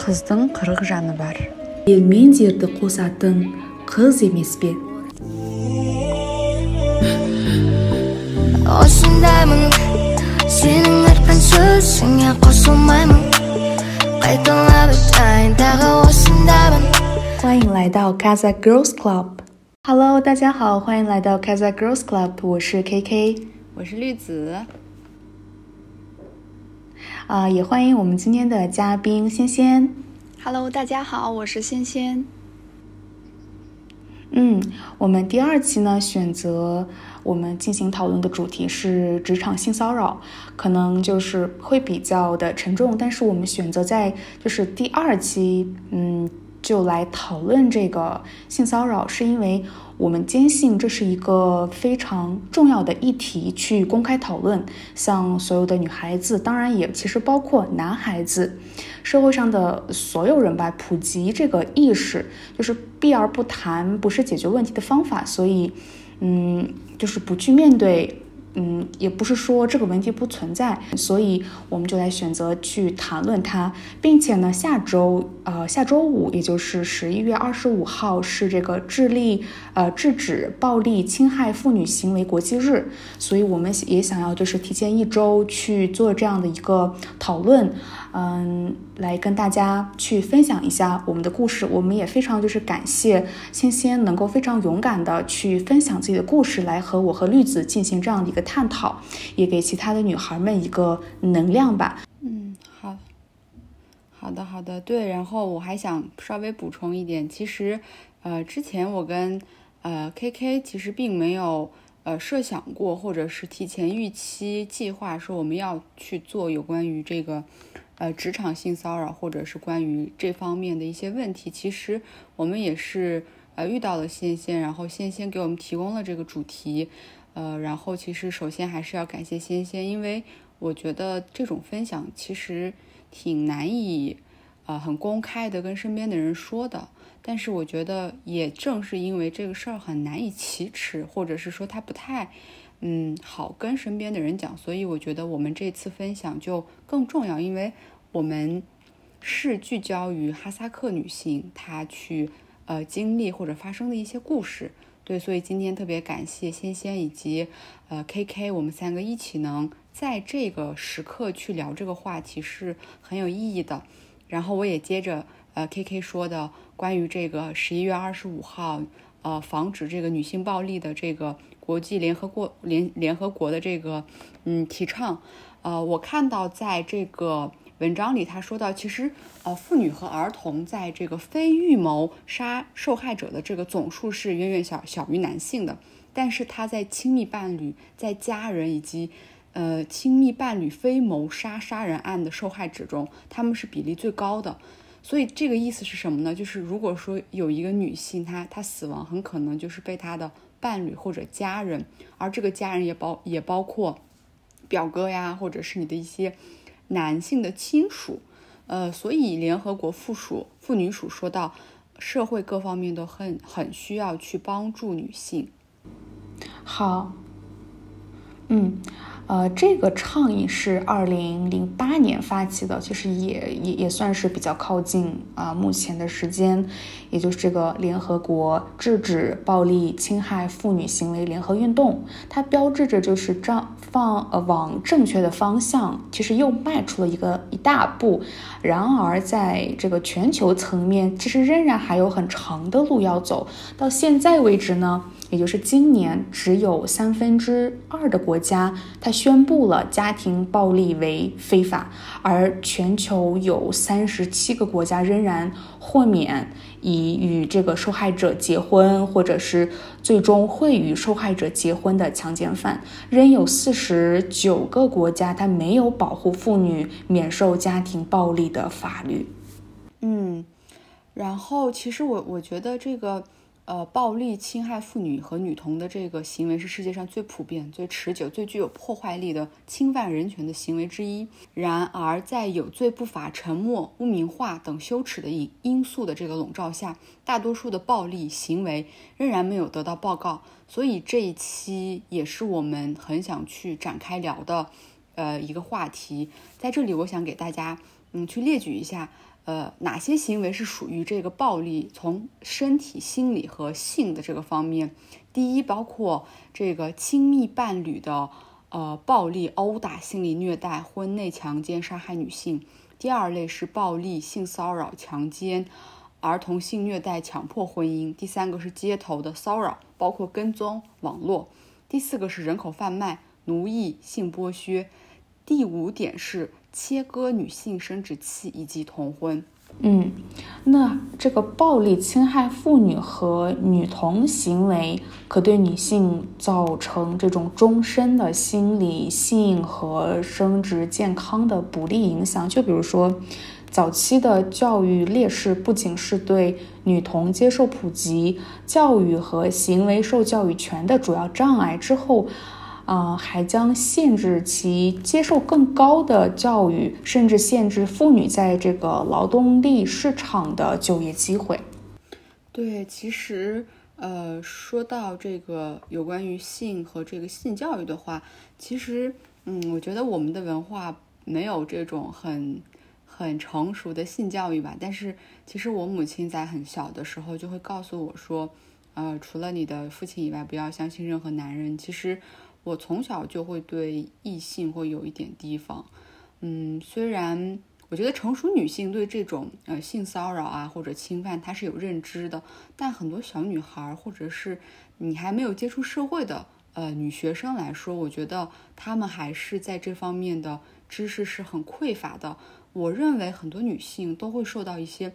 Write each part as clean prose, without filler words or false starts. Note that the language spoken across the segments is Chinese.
қыздың 40 жаны бар. Ел мен жерді қосатын қыз емес пе? Осындаймын, сенің айтқан сөзіңе қосылмаймын. Қайталап айтайын, тағы осындаймын. 欢迎来到 Casa Girls Club。Hello， 大家好，欢迎来到 Casa Girls Club， 我是 KK， 我是绿子。 也欢迎我们今天的嘉宾仙仙。 Hello， 大家好，我是仙仙。 我们第二期呢，选择我们进行讨论的主题是职场性骚扰，可能就是会比较的沉重，但是我们选择在就是第二期，就来讨论这个性骚扰，是因为我们坚信这是一个非常重要的议题去公开讨论，像所有的女孩子，当然也其实包括男孩子，社会上的所有人吧，普及这个意识，就是避而不谈不是解决问题的方法，所以就是不去面对，也不是说这个问题不存在，所以我们就来选择去谈论它，并且呢，下周五，也就是11月25号是这个制止暴力侵害妇女行为国际日，所以我们也想要就是提前1周去做这样的一个讨论，来跟大家去分享一下我们的故事。我们也非常就是感谢仙仙能够非常勇敢的去分享自己的故事，来和我和绿子进行这样的一个探讨，也给其他的女孩们一个能量吧。 好的，对，然后我还想稍微补充一点，其实之前我跟KK 其实并没有设想过，或者是提前预期计划说我们要去做有关于这个职场性骚扰或者是关于这方面的一些问题。其实我们也是遇到了仙仙，然后仙仙给我们提供了这个主题，然后其实首先还是要感谢仙仙，因为我觉得这种分享其实挺难以很公开的跟身边的人说的，但是我觉得也正是因为这个事儿很难以启齿，或者是说它不太好跟身边的人讲，所以我觉得我们这次分享就更重要，因为我们是聚焦于哈萨克女性她去经历或者发生的一些故事。对，所以今天特别感谢仙仙以及KK， 我们3个一起能在这个时刻去聊这个话题是很有意义的。然后我也接着KK 说的关于这个11月25号防止这个女性暴力的这个国际联合国的这个提倡，我看到在这个文章里他说到，其实妇女和儿童在这个非预谋杀受害者的这个总数是远远小于男性的，但是他在亲密伴侣、在家人以及亲密伴侣非谋杀人案的受害者中，他们是比例最高的。所以这个意思是什么呢？就是如果说有一个女性她死亡，很可能就是被她的伴侣或者家人，而这个家人也包括表哥呀，或者是你的一些男性的亲属。所以联合国妇女署说到，社会各方面都很需要去帮助女性。 好，这个倡议是2008年发起的，其实也算是比较靠近目前的时间，也就是这个联合国制止暴力侵害妇女行为联合运动，它标志着就是往正确的方向，其实又迈出了一大步。然而在这个全球层面，其实仍然还有很长的路要走。到现在为止呢，也就是今年只有2/3的国家它宣布了家庭暴力为非法，而全球有37个国家仍然豁免已与这个受害者结婚，或者是最终会与受害者结婚的强奸犯，仍有49个国家它没有保护妇女免受家庭暴力的法律。 然后其实我觉得这个暴力侵害妇女和女童的这个行为是世界上最普遍、最持久、最具有破坏力的侵犯人权的行为之一。然而在有罪不法、沉默、污名化等羞耻的因素的这个笼罩下，大多数的暴力行为仍然没有得到报告。所以这一期也是我们很想去展开聊的一个话题。在这里我想给大家去列举一下哪些行为是属于这个暴力，从身体、心理和性的这个方面。第一，包括这个亲密伴侣的暴力、殴打、心理虐待、婚内强奸、杀害女性。第二类是暴力、性骚扰、强奸、儿童性虐待、强迫婚姻。第三个是街头的骚扰，包括跟踪、网络。第四个是人口贩卖、奴役、性剥削。第五点是切割女性生殖器以及同婚。 那这个暴力侵害妇女和女童行为可对女性造成这种终身的心理、性和生殖健康的不利影响。就比如说，早期的教育劣势不仅是对女童接受普及、教育和行为受教育权的主要障碍，之后还将限制其接受更高的教育，甚至限制妇女在这个劳动力市场的就业机会。 对，其实说到这个有关于性和这个性教育的话，其实我觉得我们的文化没有这种很成熟的性教育吧。但是其实我母亲在很小的时候就会告诉我说，除了你的父亲以外，不要相信任何男人。其实我从小就会对异性会有一点提防。虽然我觉得成熟女性对这种性骚扰啊或者侵犯她是有认知的，但很多小女孩或者是你还没有接触社会的女学生来说，我觉得她们还是在这方面的知识是很匮乏的。我认为很多女性都会受到一些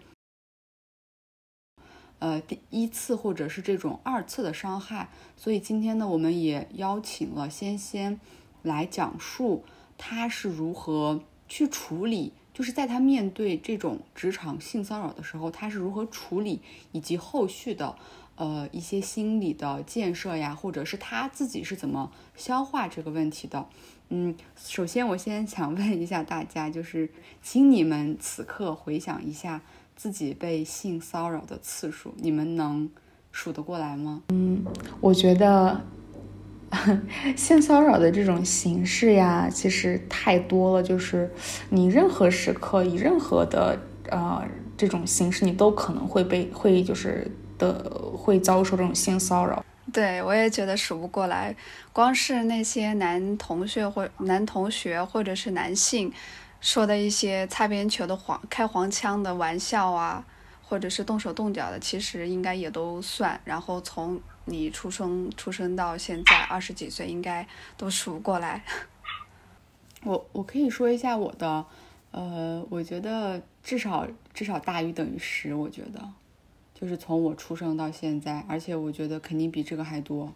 第一次或者是这种二次的伤害。所以今天呢，我们也邀请了仙仙来讲述她是如何去处理，就是在她面对这种职场性骚扰的时候，她是如何处理，以及后续的一些心理的建设呀，或者是她自己是怎么消化这个问题的。首先我先想问一下大家，就是请你们此刻回想一下自己被性骚扰的次数，你们能数得过来吗？ 我觉得性骚扰的这种形式呀，其实太多了，就是你任何时刻以任何的这种形式，你都可能会会遭受这种性骚扰。 对，我也觉得数不过来，光是那些男同学或者是男性说的一些擦边球的开黄腔的玩笑啊，或者是动手动脚的，其实应该也都算。然后从你出生到现在20几岁，应该都数不过来。 我可以说一下我的，我觉得至少大于等于10，我觉得就是从我出生到现在，而且我觉得肯定比这个还多。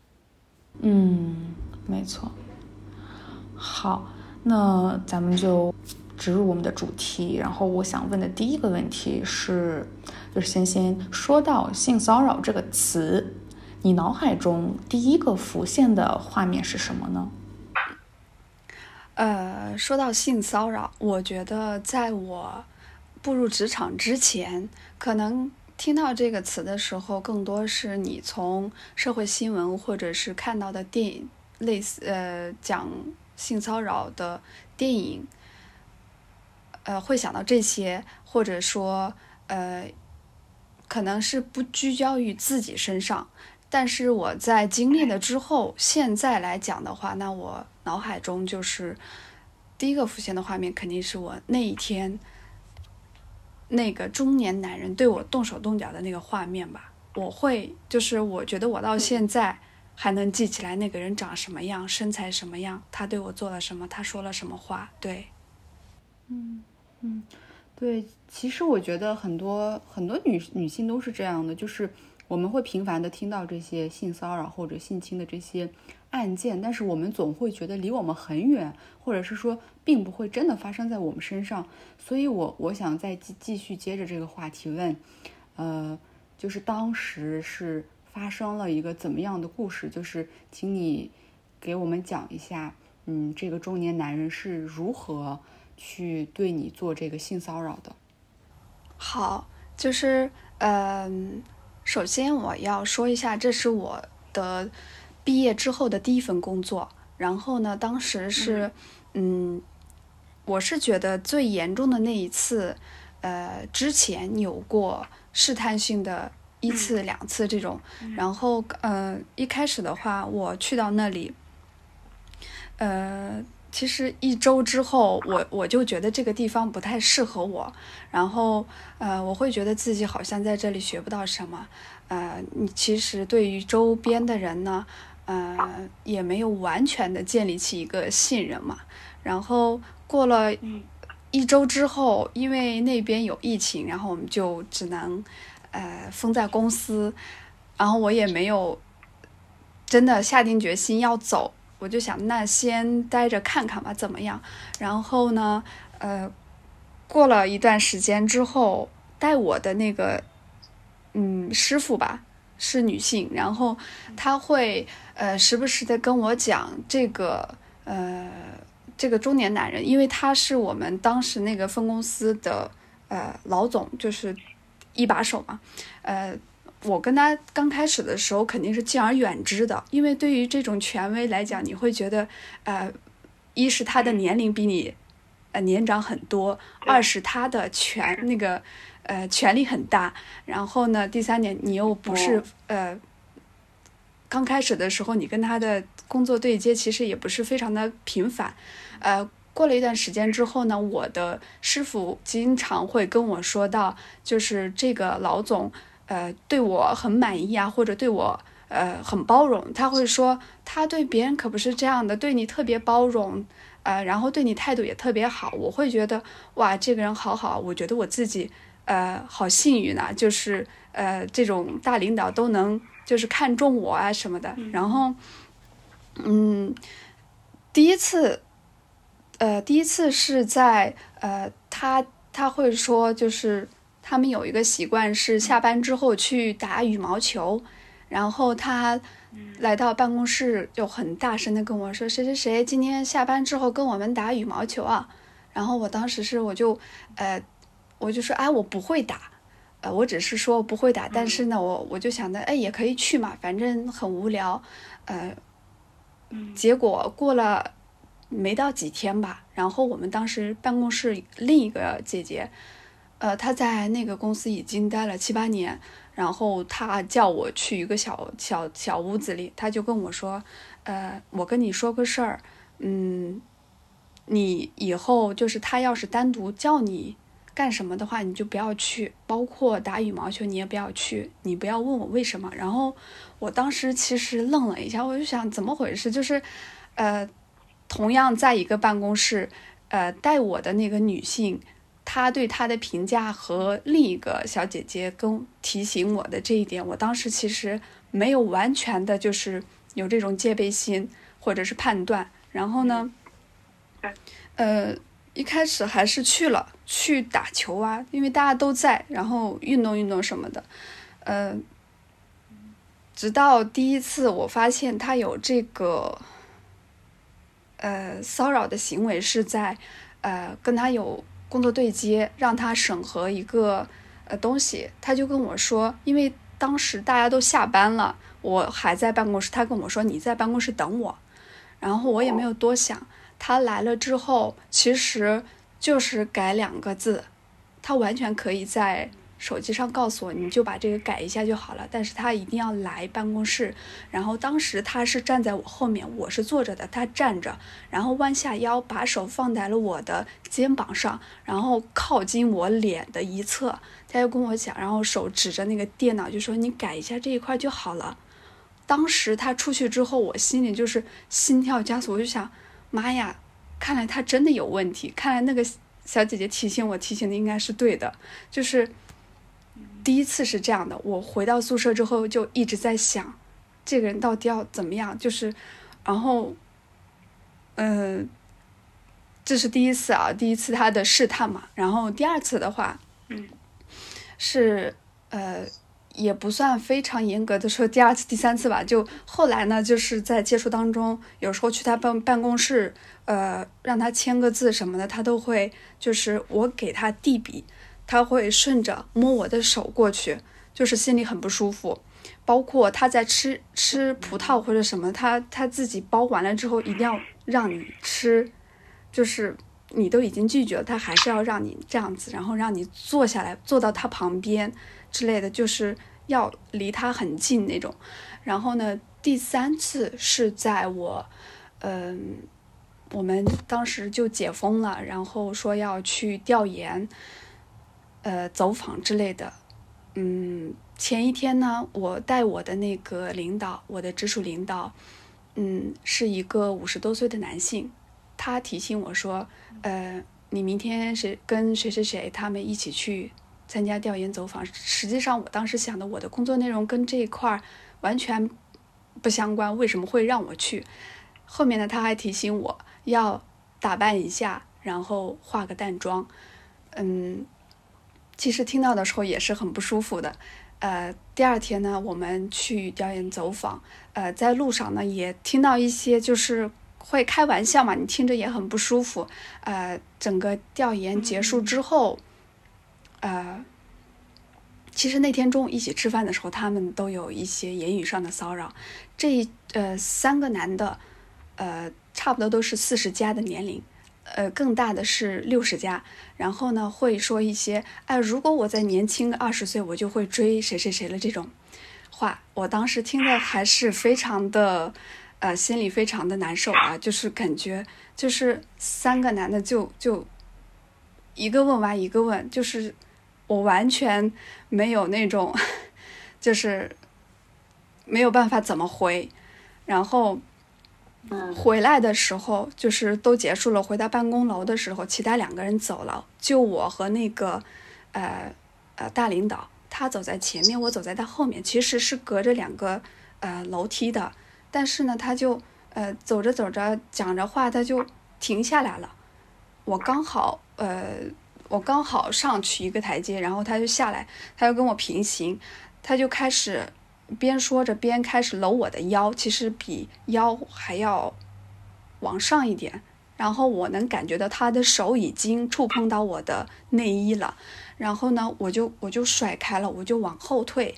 没错。好，那咱们就直入我们的主题。然后我想问的第一个问题是，就是先说到性骚扰这个词，你脑海中第一个浮现的画面是什么呢？ 说到性骚扰，我觉得在我步入职场之前，可能听到这个词的时候，更多是你从社会新闻或者是看到的电影，类似讲性骚扰的电影，会想到这些，或者说可能是不聚焦于自己身上。但是我在经历了之后，现在来讲的话，那我脑海中就是第一个浮现的画面，肯定是我那一天那个中年男人对我动手动脚的那个画面吧。我觉得我到现在还能记起来那个人长什么样，身材什么样，他对我做了什么，他说了什么话。对， 对，其实我觉得很多女性都是这样的，就是我们会频繁的听到这些性骚扰或者性侵的这些案件，但是我们总会觉得离我们很远，或者是说并不会真的发生在我们身上。所以我想再继续接着这个话题问，就是当时是发生了一个怎么样的故事？就是请你给我们讲一下，这个中年男人是如何去对你做这个性骚扰的。 好，就是首先我要说一下，这是我的毕业之后的第一份工作。然后呢，当时是我是觉得最严重的那一次之前有过试探性的1次2次这种，然后一开始的话我去到那里，其实1周之后我就觉得这个地方不太适合我，然后我会觉得自己好像在这里学不到什么，你其实对于周边的人呢也没有完全的建立起一个信任嘛。然后过了1周之后，因为那边有疫情，然后我们就只能封在公司，然后我也没有真的下定决心要走，我就想那先待着看看吧怎么样。然后呢过了一段时间之后，带我的那个师傅吧是女性，然后她会时不时的跟我讲这个中年男人，因为他是我们当时那个分公司的老总，就是一把手嘛。我跟他刚开始的时候肯定是敬而远之的，因为对于这种权威来讲，你会觉得一是他的年龄比你年长很多，二是他的权力很大，然后呢第三点你又不是刚开始的时候你跟他的工作对接其实也不是非常的频繁。过了一段时间之后呢，我的师傅经常会跟我说到，就是这个老总对我很满意啊，或者对我很包容，他会说他对别人可不是这样的，对你特别包容，然后对你态度也特别好。我会觉得哇，这个人好好，我觉得我自己好幸运啊，就是这种大领导都能就是看中我啊什么的。然后第一次是在他会说，就是他们有一个习惯是下班之后去打羽毛球，然后他来到办公室就很大声的跟我说谁谁谁今天下班之后跟我们打羽毛球啊。然后我当时我就说哎我不会打，我只是说不会打，但是呢我就想着哎也可以去嘛，反正很无聊。结果过了没到几天吧，然后我们当时办公室另一个姐姐她在那个公司已经待了7、8年，然后她叫我去一个小屋子里，她就跟我说我跟你说个事儿，你以后就是他要是单独叫你干什么的话，你就不要去，包括打羽毛球你也不要去，你不要问我为什么。然后我当时其实愣了一下，我就想怎么回事，就是同样在一个办公室带我的那个女性，她对她的评价和另一个小姐姐跟提醒我的这一点，我当时其实没有完全的就是有这种戒备心或者是判断。然后呢一开始还是去打球啊，因为大家都在，然后运动什么的。直到第一次我发现他有这个骚扰的行为，是在跟他有工作对接，让他审核一个东西。他就跟我说，因为当时大家都下班了，我还在办公室，他跟我说你在办公室等我，然后我也没有多想。他来了之后其实就是改2个字，他完全可以在手机上告诉我你就把这个改一下就好了，但是他一定要来办公室。然后当时他是站在我后面，我是坐着的，他站着，然后弯下腰把手放在了我的肩膀上，然后靠近我脸的一侧，他就跟我讲，然后手指着那个电脑就说你改一下这一块就好了。当时他出去之后，我心里就是心跳加速，我就想妈呀，看来他真的有问题，看来那个小姐姐提醒的应该是对的。就是第一次是这样的，我回到宿舍之后就一直在想这个人到底要怎么样，就是然后这是第一次他的试探嘛。然后第二次的话是也不算非常严格的说第二次第三次吧，就后来呢就是在接触当中，有时候去他办公室让他签个字什么的，他都会就是我给他递笔，他会顺着摸我的手过去，就是心里很不舒服。包括他在吃葡萄或者什么，他自己剥完了之后一定要让你吃，就是你都已经拒绝了，他还是要让你这样子，然后让你坐下来，坐到他旁边之类的，就是要离他很近那种。然后呢，第3次是在我我们当时就解封了，然后说要去调研走访之类的。前一天呢，我带我的那个领导，我的直属领导是一个50多岁的男性，他提醒我说你明天跟谁谁谁他们一起去参加调研走访。实际上我当时想的，我的工作内容跟这一块完全不相关，为什么会让我去？后面呢，他还提醒我要打扮一下，然后化个淡妆。其实听到的时候也是很不舒服的。第2天呢，我们去调研走访，在路上呢也听到一些就是会开玩笑嘛，你听着也很不舒服。整个调研结束之后，其实那天中午一起吃饭的时候，他们都有一些言语上的骚扰。这3个男的，差不多都是40加的年龄，更大的是60加。然后呢，会说一些如果我再年轻个20岁，我就会追谁谁谁了这种话。我当时听的还是非常的心里非常的难受啊，就是感觉就是3个男的就一个问完一个问，就是我完全没有那种就是没有办法怎么回。然后回来的时候就是都结束了，回到办公楼的时候，其他2个人走了，就我和那个大领导，他走在前面，我走在他后面，其实是隔着2个楼梯的。但是呢，他就走着走着讲着话，他就停下来了。我刚好上去一个台阶，然后他就下来，他就跟我平行，他就开始边说着边开始搂我的腰，其实比腰还要往上一点。然后我能感觉到他的手已经触碰到我的内衣了。然后呢，我就甩开了，我就往后退。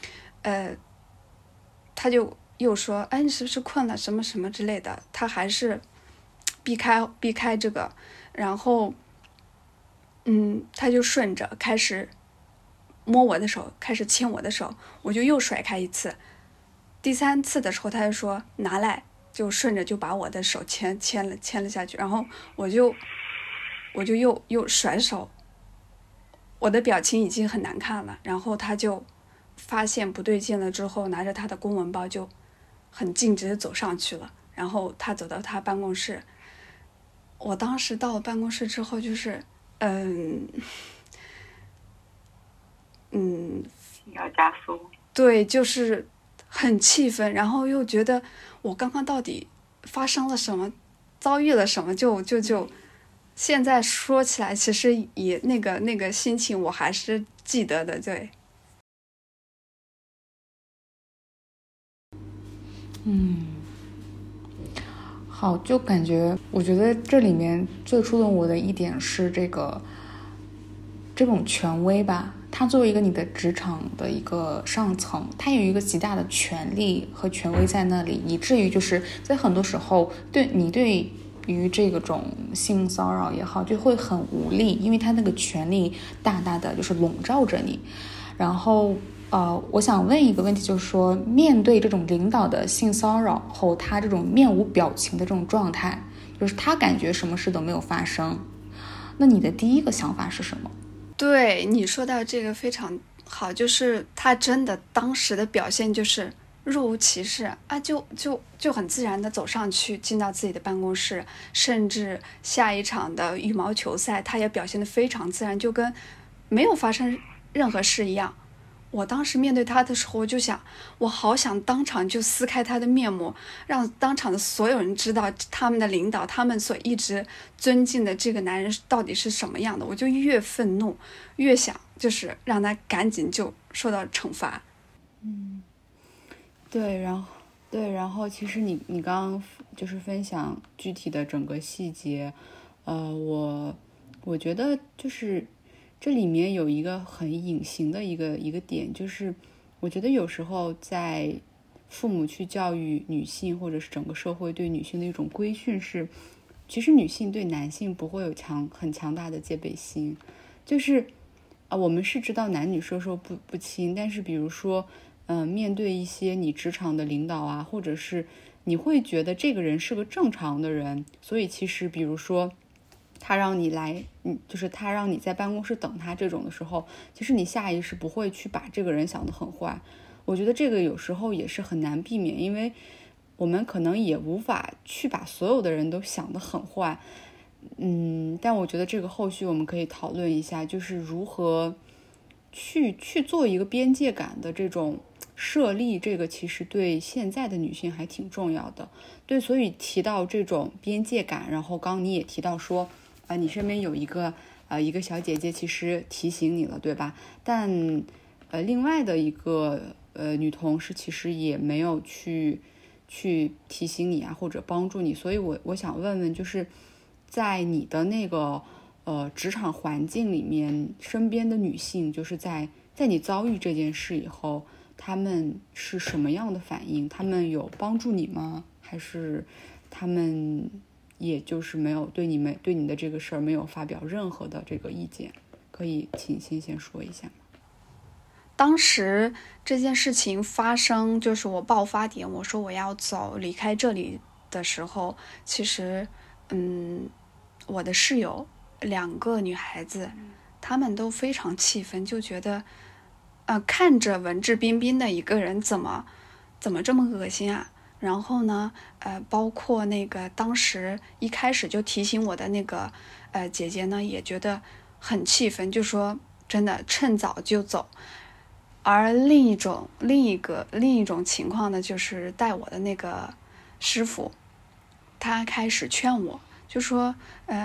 他就又说你是不是困了什么什么之类的，他还是避开这个。然后他就顺着开始摸我的手，开始牵我的手，我就又甩开一次。第3次的时候，他就说拿来，就顺着就把我的手牵了下去。然后我就又甩手，我的表情已经很难看了。然后他就发现不对劲了之后，拿着他的公文包就很径直的走上去了。然后他走到他办公室，我当时到了办公室之后，就是要加速。 对，就是很气愤，然后又觉得我刚刚到底发生了什么，遭遇了什么，就现在说起来，其实也那个心情我还是记得的。对， 好，就感觉我觉得这里面最触动我的一点是这种权威吧。他作为一个你的职场的一个上层，他有一个极大的权力和权威在那里，以至于就是在很多时候对于这种性骚扰也好，就会很无力，因为他那个权力大大的就是笼罩着你。然后我想问一个问题，就是说面对这种领导的性骚扰后，他这种面无表情的这种状态，就是他感觉什么事都没有发生，那你的第一个想法是什么？ 对，你说到这个非常好，就是他真的当时的表现就是若无其事啊，就很自然的走上去，进到自己的办公室，甚至下一场的羽毛球赛，他也表现得非常自然，就跟没有发生任何事一样。我当时面对他的时候，我就想，我好想当场就撕开他的面目，让当场的所有人知道他们的领导，他们所一直尊敬的这个男人到底是什么样的。我就越愤怒，越想就是让他赶紧就受到惩罚。 对，然后其实你刚刚就是分享具体的整个细节，我觉得就是这里面有一个很隐形的一个点，就是我觉得有时候在父母去教育女性，或者是整个社会对女性的一种规训是其实女性对男性不会有很强大的戒备心，就是我们是知道男女授受不亲，但是比如说面对一些你职场的领导啊，或者是你会觉得这个人是个正常的人，所以其实比如说他让你来，就是他让你在办公室等他这种的时候，其实你下意识不会去把这个人想得很坏。我觉得这个有时候也是很难避免，因为我们可能也无法去把所有的人都想得很坏。但我觉得这个后续我们可以讨论一下，就是如何去做一个边界感的这种设立，这个其实对现在的女性还挺重要的。对，所以提到这种边界感，然后刚你也提到说你身边有一个小姐姐其实提醒你了，对吧？但另外的一个女同事其实也没有去提醒你啊，或者帮助你。所以我想问问，就是在你的那个职场环境里面，身边的女性就是在你遭遇这件事以后，她们是什么样的反应？她们有帮助你吗？还是她们也就是没有对你的这个事儿没有发表任何的这个意见？可以请欣先说一下吗？ 当时这件事情发生，就是我爆发点，我说我要走离开这里的时候，其实我的室友2个女孩子，她们都非常气愤，就觉得看着文质彬彬的一个人怎么这么恶心啊。然后呢包括那个当时一开始就提醒我的那个姐姐呢，也觉得很气愤，就说真的趁早就走。而另一种情况呢，就是带我的那个师傅，他开始劝我，就说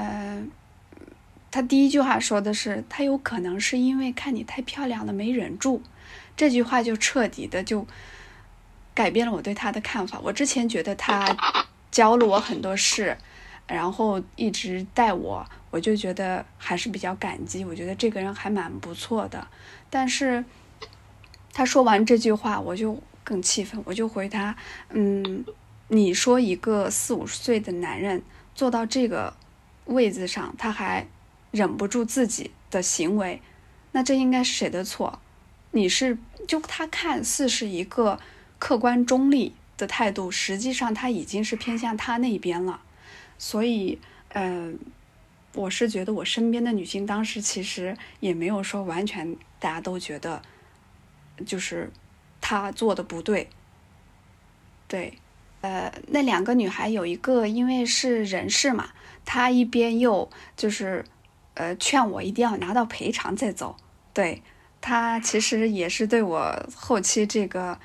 他第一句话说的是，他有可能是因为看你太漂亮了没忍住。这句话就彻底的就改变了我对他的看法。我之前觉得他教了我很多事，然后一直带我就觉得还是比较感激，我觉得这个人还蛮不错的。但是他说完这句话，我就更气愤，我就回他你说一个40-50岁的男人坐到这个位子上，他还忍不住自己的行为，那这应该是谁的错？就他看似是一个客观中立的态度，实际上他已经是偏向他那边了。所以我是觉得我身边的女性当时其实也没有说完全大家都觉得就是他做的不对。对，那2个女孩有一个因为是人事嘛，她一边又就是劝我一定要拿到赔偿再走。对，她其实也是对我后期这个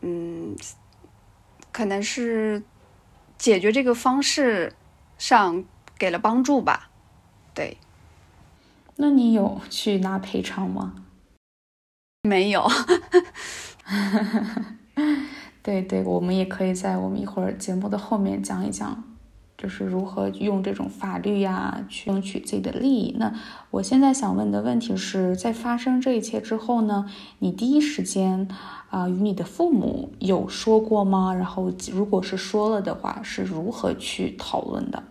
可能是解决这个方式上给了帮助吧。对， 那你有去拿赔偿吗？ 没有。 对，我们也可以在我们一会儿节目的后面讲一讲，就是如何用这种法律呀去争取自己的利益。那我现在想问的问题是，在发生这一切之后呢，你第一时间与你的父母有说过吗？然后如果是说了的话，是如何去讨论的？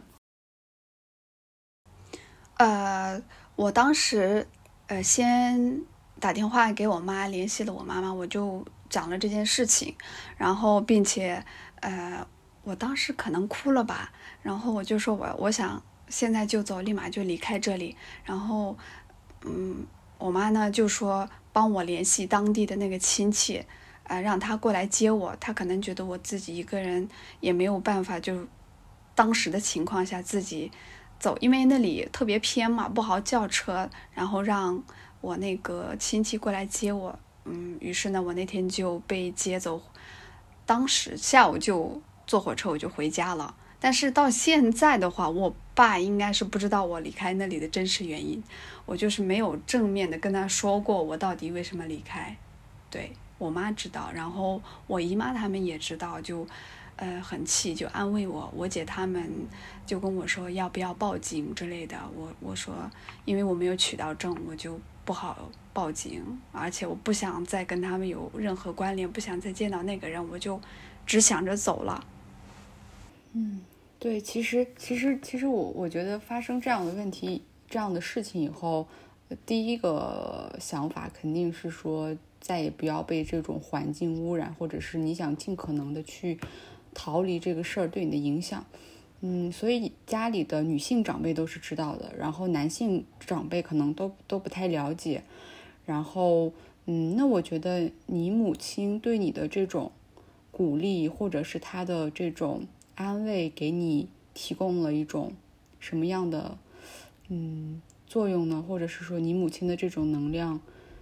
我当时先打电话给我妈，联系了我妈妈，我就讲了这件事情，然后并且我当时可能哭了吧，然后我就说我想现在就走，立马就离开这里。然后我妈呢就说帮我联系当地的那个亲戚，让他过来接我。他可能觉得我自己一个人也没有办法，就当时的情况下自己走，因为那里特别偏嘛，不好叫车，然后让我那个亲戚过来接我。于是呢，我那天就被接走，当时下午就坐火车我就回家了。但是到现在的话，我爸应该是不知道我离开那里的真实原因，我就是没有正面的跟他说过我到底为什么离开。对，我妈知道，然后我姨妈他们也知道，就很气，就安慰我。我姐他们就跟我说要不要报警之类的，我说因为我没有取到证，我就不好报警，而且我不想再跟他们有任何关联，不想再见到那个人，我就只想着走了。 对，其实我觉得发生这样的问题、这样的事情以后，第一个想法肯定是说，再也不要被这种环境污染，或者是你想尽可能的去逃离这个事儿对你的影响。所以家里的女性长辈都是知道的，然后男性长辈可能都不太了解。然后，那我觉得你母亲对你的这种鼓励，或者是她的这种安慰，给你提供了一种什么样的作用呢？或者是说你母亲的这种能量，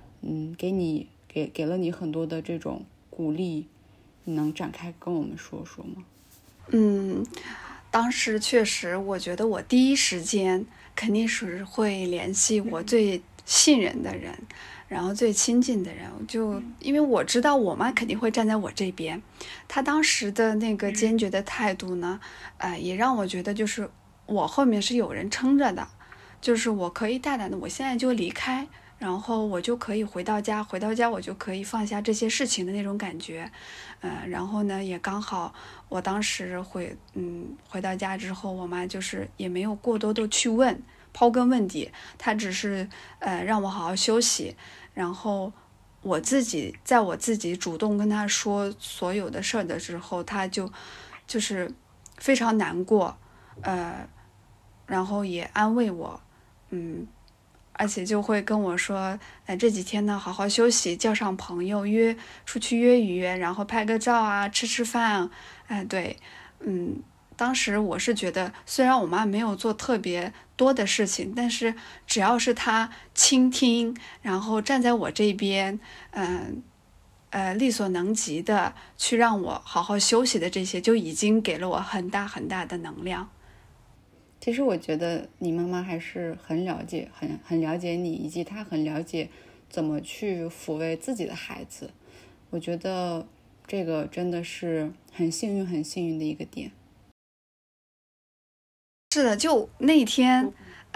给了你很多的这种鼓励，你能展开跟我们说说吗？ 当时确实，我觉得我第一时间肯定是会联系我最信任的人，然后最亲近的人，就因为我知道我妈肯定会站在我这边，她当时的那个坚决的态度呢，也让我觉得就是我后面是有人撑着的，就是我可以大胆的，我现在就离开。然后我就可以回到家我就可以放下这些事情的那种感觉，然后呢，也刚好我当时回到家之后，我妈就是也没有过多的去刨根问底，她只是让我好好休息，然后在我自己主动跟她说所有的事儿的时候，她就是非常难过，然后也安慰我，而且就会跟我说，这几天呢好好休息，叫上朋友出去约一约，然后拍个照啊，吃饭，对，当时我是觉得，虽然我妈没有做特别多的事情，但是只要是她倾听，然后站在我这边，力所能及的去让我好好休息的这些，就已经给了我很大很大的能量。 其实我觉得你妈妈还是很了解你，以及她很了解怎么去抚慰自己的孩子。我觉得这个真的是很幸运的一个点。 是的，就那天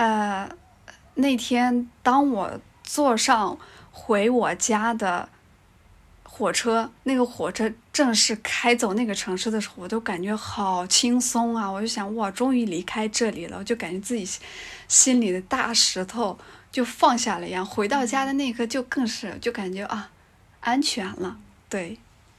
当我坐上回我家的火车，那个火车正式开走那个城市的时候，我都感觉好轻松啊！我就想，哇，终于离开这里了，我就感觉自己心里的大石头就放下了一样。回到家的那一刻，就更是就感觉安全了。对，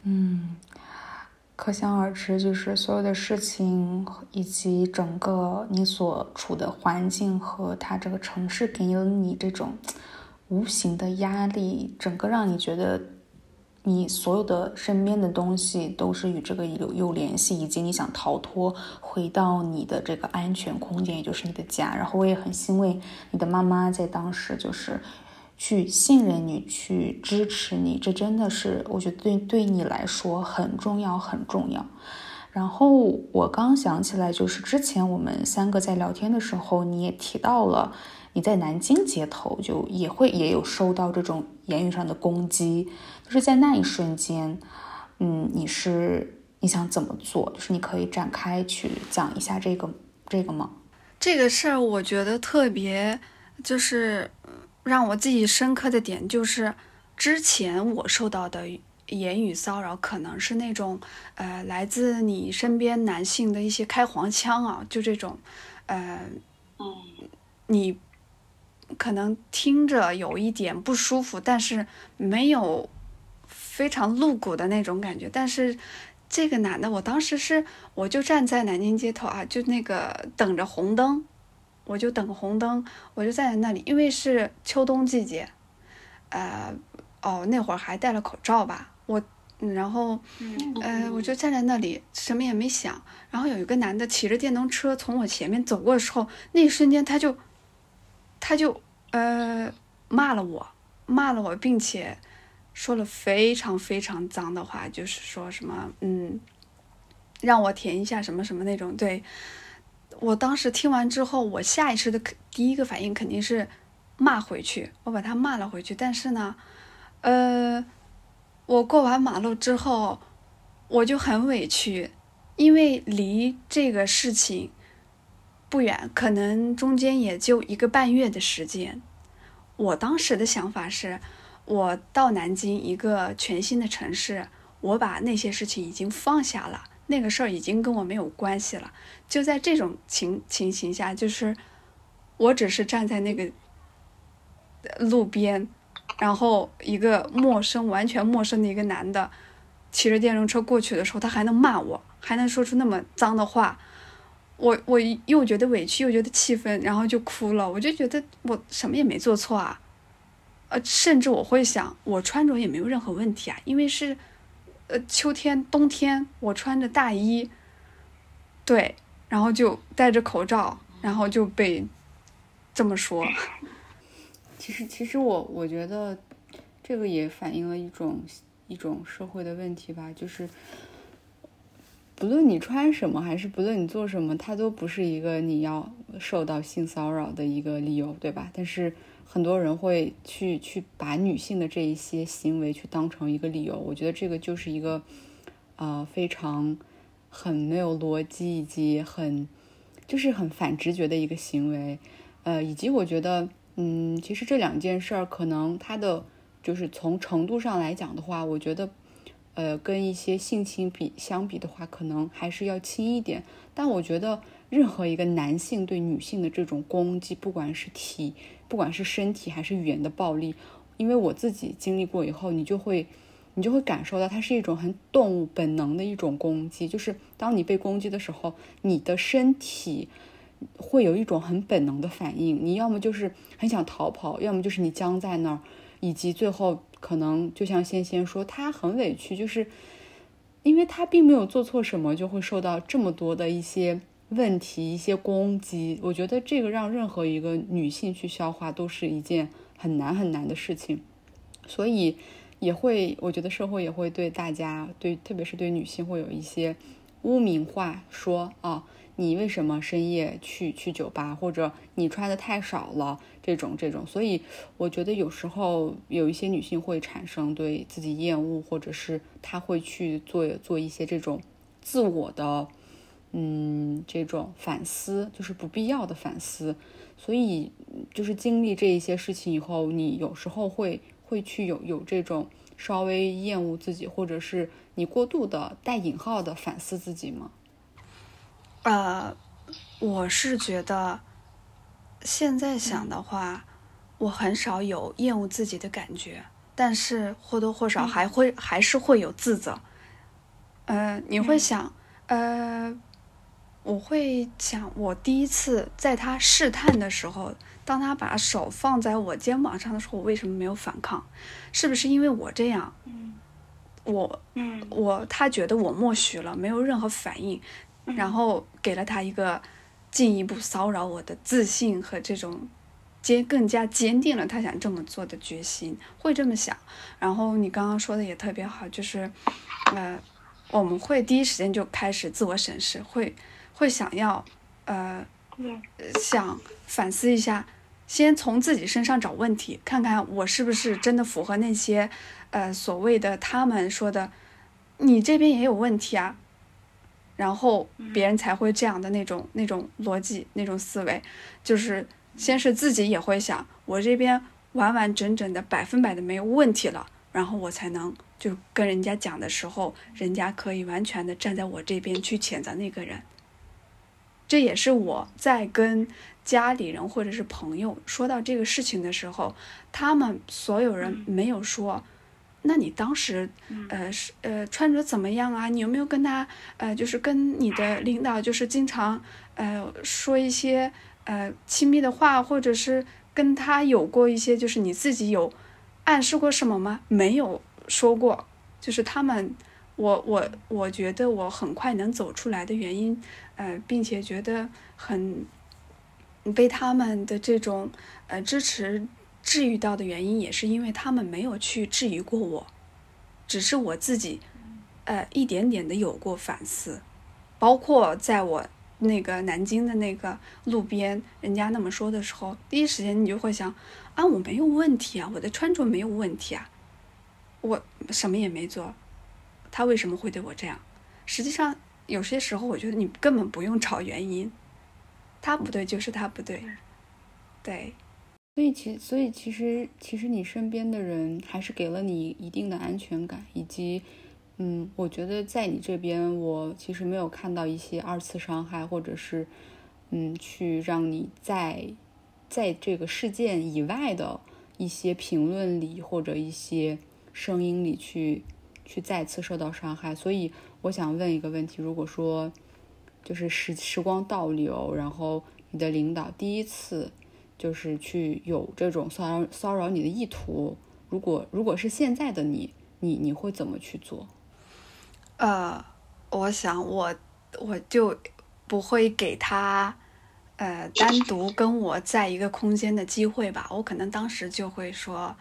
可想而知，就是所有的事情以及整个你所处的环境和它这个城市给了你这种无形的压力，整个让你觉得你所有的身边的东西都是与这个有联系，以及你想逃脱回到你的这个安全空间，也就是你的家。然后我也很欣慰你的妈妈在当时就是去信任你，去支持你，这真的是我觉得对你来说很重要。然后我刚想起来，就是之前我们3个在聊天的时候，你也提到了你在南京街头就也有受到这种言语上的攻击，就是在那一瞬间，你想怎么做？就是你可以展开去讲一下这个吗？ 这个事儿我觉得特别就是让我自己深刻的点，就是之前我受到的言语骚扰可能是那种来自你身边男性的一些开黄腔啊，就这种你可能听着有一点不舒服，但是没有非常露骨的那种感觉。但是这个男的，我当时我就站在南京街头啊，就那个等着红灯，我就等红灯，我就站在那里，因为是秋冬季节，那会儿还戴了口罩吧，然后我就站在那里，什么也没想。然后有一个男的骑着电动车从我前面走过的时候，那一瞬间他就骂了我，并且说了非常非常脏的话，就是说什么让我舔一下什么什么那种。对，我当时听完之后，我下意识的第一个反应肯定是骂回去，我把他骂了回去。但是呢我过完马路之后我就很委屈，因为离这个事情不远，可能中间也就1个半月的时间。我当时的想法是，我到南京一个全新的城市，我把那些事情已经放下了， 那个事儿已经跟我没有关系了。就在这种情形下，就是我只是站在那个路边，然后一个完全陌生的一个男的骑着电动车过去的时候，他还能骂我，还能说出那么脏的话，我又觉得委屈，又觉得气愤，然后就哭了。我就觉得我什么也没做错啊，甚至我会想，我穿着也没有任何问题啊，因为是秋天冬天，我穿着大衣，对，然后就戴着口罩，然后就被这么说。 其实我觉得这个也反映了一种社会的问题吧，就是不论你穿什么，还是不论你做什么，它都不是一个你要受到性骚扰的一个理由，对吧？但是很多人会去把女性的这一些行为去当成一个理由，我觉得这个就是一个非常很没有逻辑，以及很反直觉的一个行为。以及我觉得其实这两件事儿可能它的就是从程度上来讲的话，我觉得跟一些性侵相比的话，可能还是要轻一点。但我觉得任何一个男性对女性的这种攻击，不管是身体还是语言的暴力，因为我自己经历过以后，你就会感受到它是一种很动物本能的一种攻击。就是当你被攻击的时候，你的身体会有一种很本能的反应，你要么就是很想逃跑，要么就是你僵在那儿，以及最后可能就像仙说，他很委屈，就是因为他并没有做错什么，就会受到这么多的一些问题，一些攻击。我觉得这个让任何一个女性去消化都是一件很难的事情，所以我觉得社会也会对大家，特别是对女性会有一些污名化，说你为什么深夜去酒吧，或者你穿的太少了，这种。所以我觉得有时候有一些女性会产生对自己厌恶，或者是她会去做一些这种自我的这种反思，就是不必要的反思。所以就是经历这一些事情以后，你有时候会去有这种稍微厌恶自己，或者是你过度的带引号的反思自己吗？ 我是觉得现在想的话，我很少有厌恶自己的感觉，但是或多或少还是会有自责。你会想，我会想，我第一次在他试探的时候，当他把手放在我肩膀上的时候，我为什么没有反抗？是不是因为我这样？他觉得我默许了，没有任何反应，然后给了他一个进一步骚扰我的自信和这种更加坚定了他想这么做的决心，会这么想。然后你刚刚说的也特别好，就是我们会第一时间就开始自我审视，会想要想反思一下，先从自己身上找问题，看看我是不是真的符合那些所谓的他们说的你这边也有问题啊，然后别人才会这样的那种逻辑，那种思维，就是先是自己也会想，我这边完完整整的100%的没有问题了，然后我才能就跟人家讲的时候，人家可以完全的站在我这边去谴责那个人。这也是我在跟家里人或者是朋友说到这个事情的时候，他们所有人没有说那你当时穿着怎么样啊，你有没有跟他就是跟你的领导就是经常说一些亲密的话，或者是跟他有过一些就是你自己有暗示过什么吗？没有说过。就是他们我觉得我很快能走出来的原因并且觉得很被他们的这种支持治愈到的原因，也是因为他们没有去质疑过我，只是我自己一点点的有过反思。包括在我那个南京的那个路边人家那么说的时候，第一时间你就会想我没有问题啊，我的穿着没有问题啊，我什么也没做，他为什么会对我这样？实际上有些时候我觉得你根本不用找原因，他不对就是他不对。对， 所以其实你身边的人还是给了你一定的安全感，以及我觉得在你这边，我其实没有看到一些二次伤害，或者是去让你在这个事件以外的一些评论里或者一些声音里去再次受到伤害。所以我想问一个问题，如果说就是时光倒流，然后你的领导第一次就是去有这种骚扰你的意图，如果是现在的你会怎么去做？ 我想我就不会给他单独跟我在一个空间的机会吧。我可能当时就会说，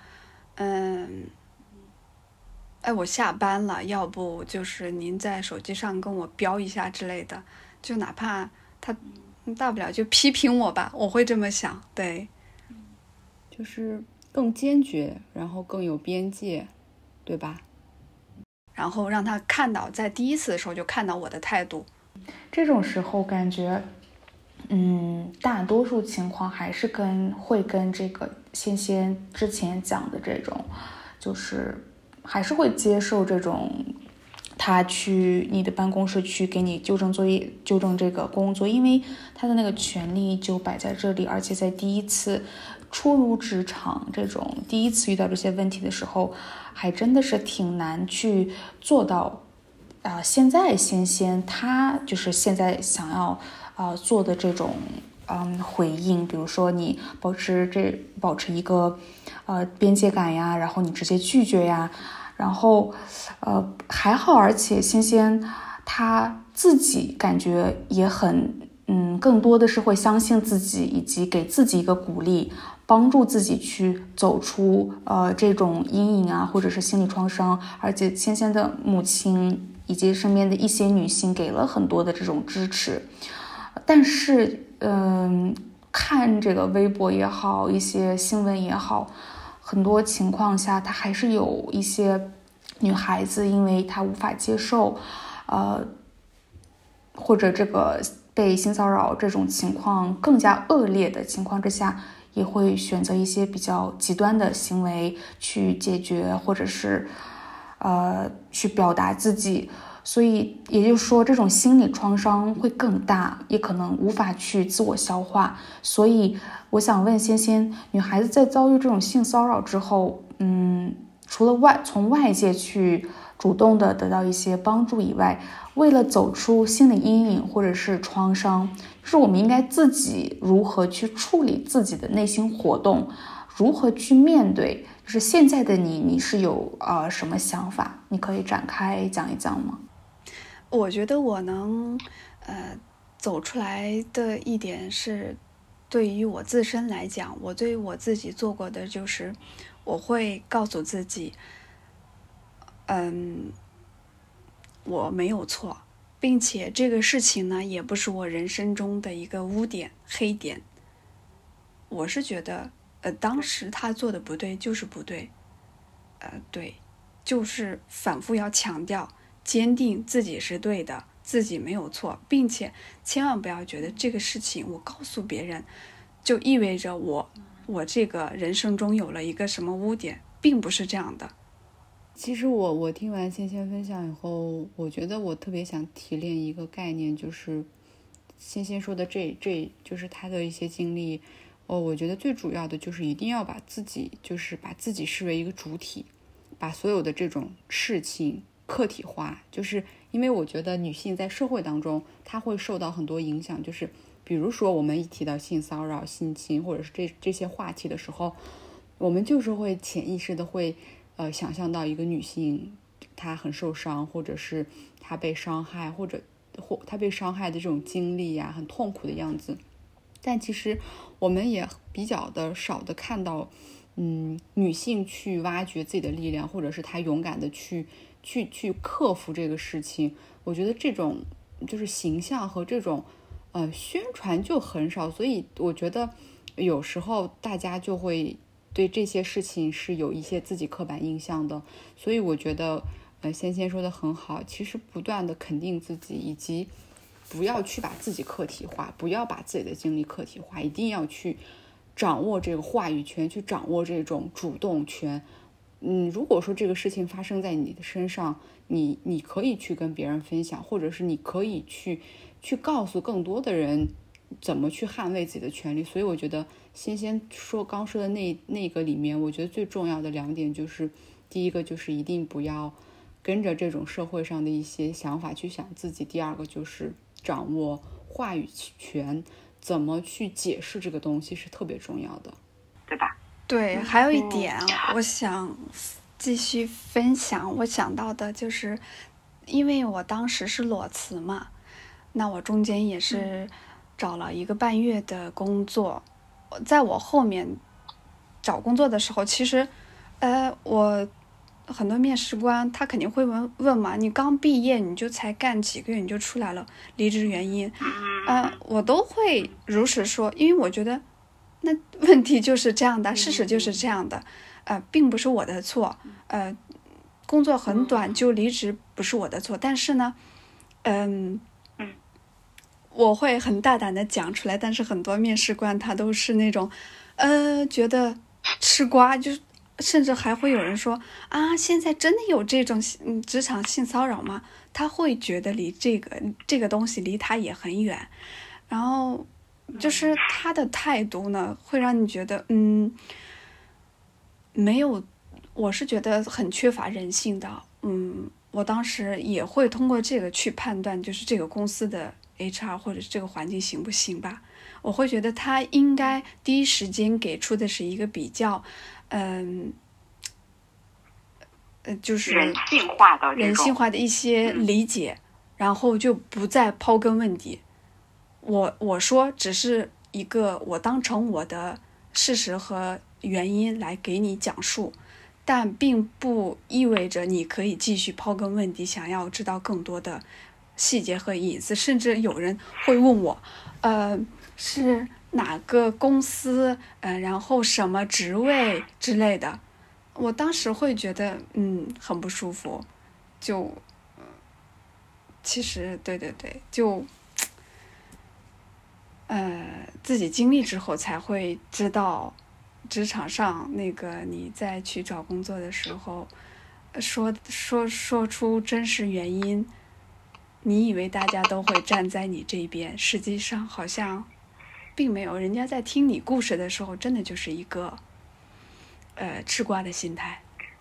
我下班了，要不就是您在手机上跟我标一下之类的，就哪怕他大不了就批评我吧，我会这么想。对， 就是更坚决，然后更有边界，对吧？ 然后让他看到，在第一次的时候就看到我的态度。 这种时候感觉大多数情况还是会跟这个仙之前讲的这种，就是还是会接受这种他去你的办公室去给你纠正作业、纠正这个工作，因为他的那个权利就摆在这里，而且在第一次初入职场这种第一次遇到这些问题的时候，还真的是挺难去做到现在仙他就是现在想要做的这种回应，比如说你保持一个边界感呀，然后你直接拒绝呀，然后还好，而且仙他自己感觉也很更多的是会相信自己，以及给自己一个鼓励，帮助自己去走出这种阴影啊，或者是心理创伤。而且仙的母亲以及身边的一些女性给了很多的这种支持。但是看这个微博也好，一些新闻也好，很多情况下她还是有一些女孩子，因为她无法接受或者这个被性骚扰这种情况更加恶劣的情况之下，也会选择一些比较极端的行为去解决，或者是去表达自己。所以也就是说，这种心理创伤会更大，也可能无法去自我消化。所以我想问仙，女孩子在遭遇这种性骚扰之后，除了从外界去主动的得到一些帮助以外，为了走出心理阴影或者是创伤，就是我们应该自己如何去处理自己的内心活动，如何去面对。就是现在的你是有什么想法？你可以展开讲一讲吗？ 我觉得我能走出来的一点是，对于我自身来讲，我对我自己做过的就是我会告诉自己我没有错，并且这个事情呢也不是我人生中的一个污点黑点。我是觉得当时他做的不对就是不对，对，就是反复要强调坚定自己是对的，自己没有错，并且千万不要觉得这个事情我告诉别人就意味着我这个人生中有了一个什么污点，并不是这样的。 其实我听完仙分享以后，我觉得我特别想提炼一个概念，就是仙说的这就是他的一些经历。我觉得最主要的就是一定要把自己视为一个主体，把所有的这种事情客体化。就是因为我觉得女性在社会当中她会受到很多影响，就是比如说我们一提到性骚扰、性侵或者是这些话题的时候，我们就是会潜意识的会想象到一个女性她很受伤，或者是她被伤害，或她被伤害的这种经历呀，很痛苦的样子。但其实我们也比较的少的看到女性去挖掘自己的力量，或者是她勇敢的去克服这个事情。我觉得这种就是形象和这种宣传就很少，所以我觉得有时候大家就会对这些事情是有一些自己刻板印象的。所以我觉得仙说的很好，其实不断的肯定自己，以及不要去把自己客体化，不要把自己的经历客体化，一定要去掌握这个话语权，去掌握这种主动权。 如果说这个事情发生在你的身上，你可以去跟别人分享，或者是你可以去告诉更多的人怎么去捍卫自己的权利。所以我觉得先刚说的那个里面，我觉得最重要的2点就是，第一个就是一定不要跟着这种社会上的一些想法去想自己，第二个就是掌握话语权，怎么去解释这个东西是特别重要的， 对吧？ 对，还有一点我想继续分享，我想到的就是，因为我当时是裸辞嘛，那我中间也是找了1个半月的工作。在我后面找工作的时候，其实我很多面试官他肯定会问嘛，你刚毕业你就才干几个月你就出来了，离职原因我都会如实说，因为我觉得那问题就是这样的，事实就是这样的，并不是我的错，工作很短就离职不是我的错，但是呢我会很大胆的讲出来，但是很多面试官他都是那种觉得吃瓜，就甚至还会有人说啊，现在真的有这种职场性骚扰吗？他会觉得离这个东西离他也很远，然后就是他的态度呢会让你觉得没有，我是觉得很缺乏人性的。我当时也会通过这个去判断，就是这个公司的 HR 或者是这个环境行不行吧。我会觉得他应该第一时间给出的是一个比较就是人性化的一些理解，然后就不再刨根问底。我说只是一个我当成我的事实和原因来给你讲述，但并不意味着你可以继续刨根问底，想要知道更多的细节和隐私。甚至有人会问我是哪个公司然后什么职位之类的，我当时会觉得很不舒服。就其实对，就自己经历之后才会知道，职场上那个你在去找工作的时候说出真实原因，你以为大家都会站在你这边，实际上好像并没有，人家在听你故事的时候真的就是一个吃瓜的心态。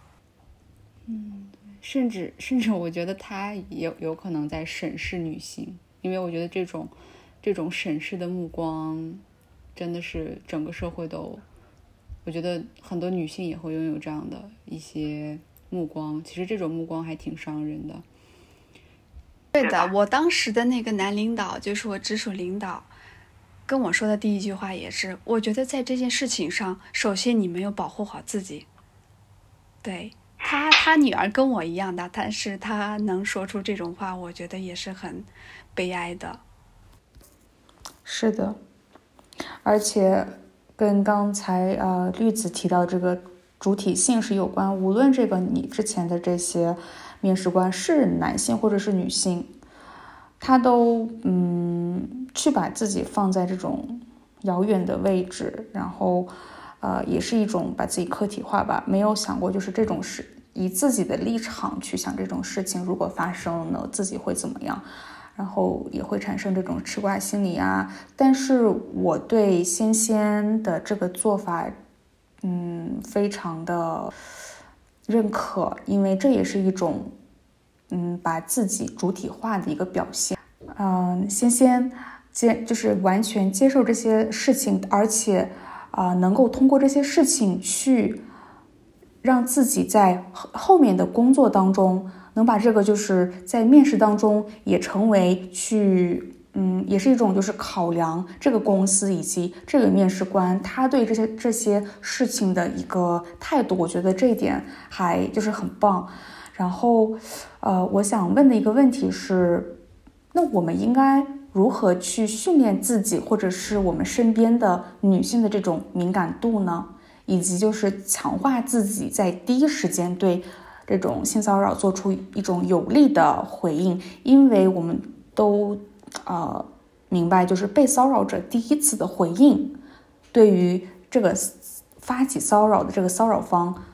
甚至我觉得他也有可能在审视女性，因为我觉得这种审视的目光真的是整个社会都，我觉得很多女性也会拥有这样的一些目光，其实这种目光还挺伤人的。 对的，我当时的那个男领导，就是我直属领导，跟我说的第一句话也是，我觉得在这件事情上，首先你没有保护好自己。对，他女儿跟我一样大，但是他能说出这种话，我觉得也是很悲哀的。 是的，而且跟刚才绿子提到这个主体性是有关，无论这个你之前的这些面试官是男性或者是女性，他都去把自己放在这种遥远的位置，然后也是一种把自己客体化吧，没有想过就是这种事，以自己的立场去想这种事情如果发生了自己会怎么样，然后也会产生这种吃瓜心理啊。但是我对仙的这个做法非常的认可，因为这也是一种把自己主体化的一个表现。仙就是完全接受这些事情，而且能够通过这些事情去让自己在后面的工作当中能把这个就是在面试当中也成为去也是一种就是考量这个公司以及这个面试官他对这些事情的一个态度，我觉得这一点还就是很棒。然后我想问的一个问题是，那我们应该如何去训练自己或者是我们身边的女性的这种敏感度呢？以及就是强化自己在第一时间对这种性骚扰做出一种有力的回应。因为我们都明白，就是被骚扰者第一次的回应对于这个发起骚扰的这个骚扰方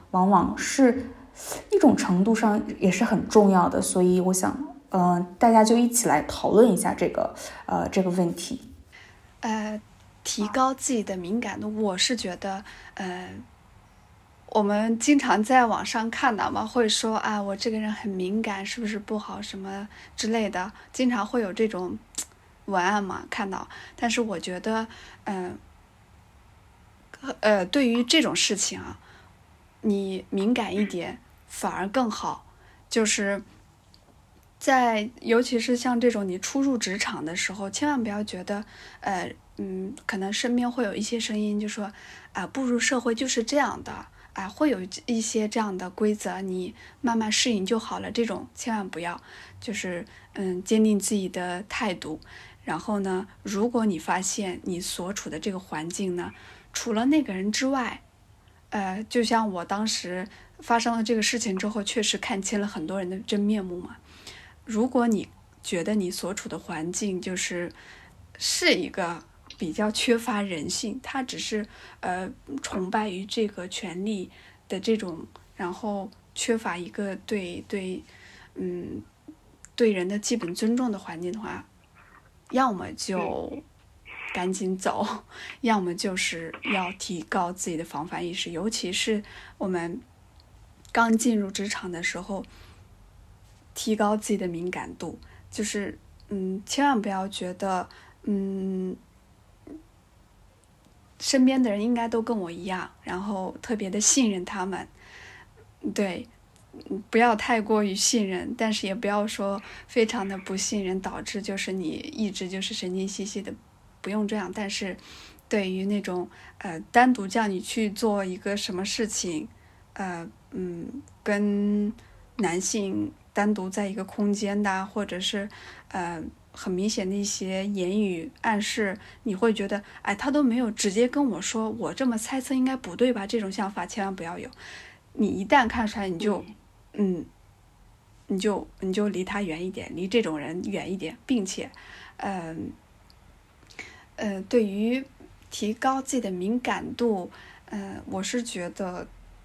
往往是一种程度上也是很重要的。所以我想大家就一起来讨论一下这个问题。 提高自己的敏感度，我是觉得我们经常在网上看到嘛，会说啊，我这个人很敏感，是不是不好什么之类的，经常会有这种文案嘛看到。但是我觉得对于这种事情啊，你敏感一点反而更好。就是尤其是像这种你初入职场的时候，千万不要觉得可能身边会有一些声音就说步入社会就是这样的会有一些这样的规则，你慢慢适应就好了，这种千万不要。就是坚定自己的态度。然后呢，如果你发现你所处的这个环境呢，除了那个人之外，就像我当时发生了这个事情之后，确实看清了很多人的真面目嘛。如果你觉得你所处的环境是一个比较缺乏人性，他只是崇拜于这个权利的这种，然后缺乏一个对人的基本尊重的环境的话，要么就赶紧走，要么就是要提高自己的防范意识。尤其是我们刚进入职场的时候，提高自己的敏感度，就是千万不要觉得身边的人应该都跟我一样，然后特别的信任他们。对，不要太过于信任，但是也不要说非常的不信任，导致就是你一直就是神经兮兮的，不用这样。但是对于那种单独叫你去做一个什么事情，跟男性单独在一个空间的，或者是很明显的一些言语暗示，你会觉得他都没有直接跟我说，我这么猜测应该不对吧，这种想法千万不要有。你一旦看出来，你就离他远一点，离这种人远一点，并且对于提高自己的敏感度，我是觉得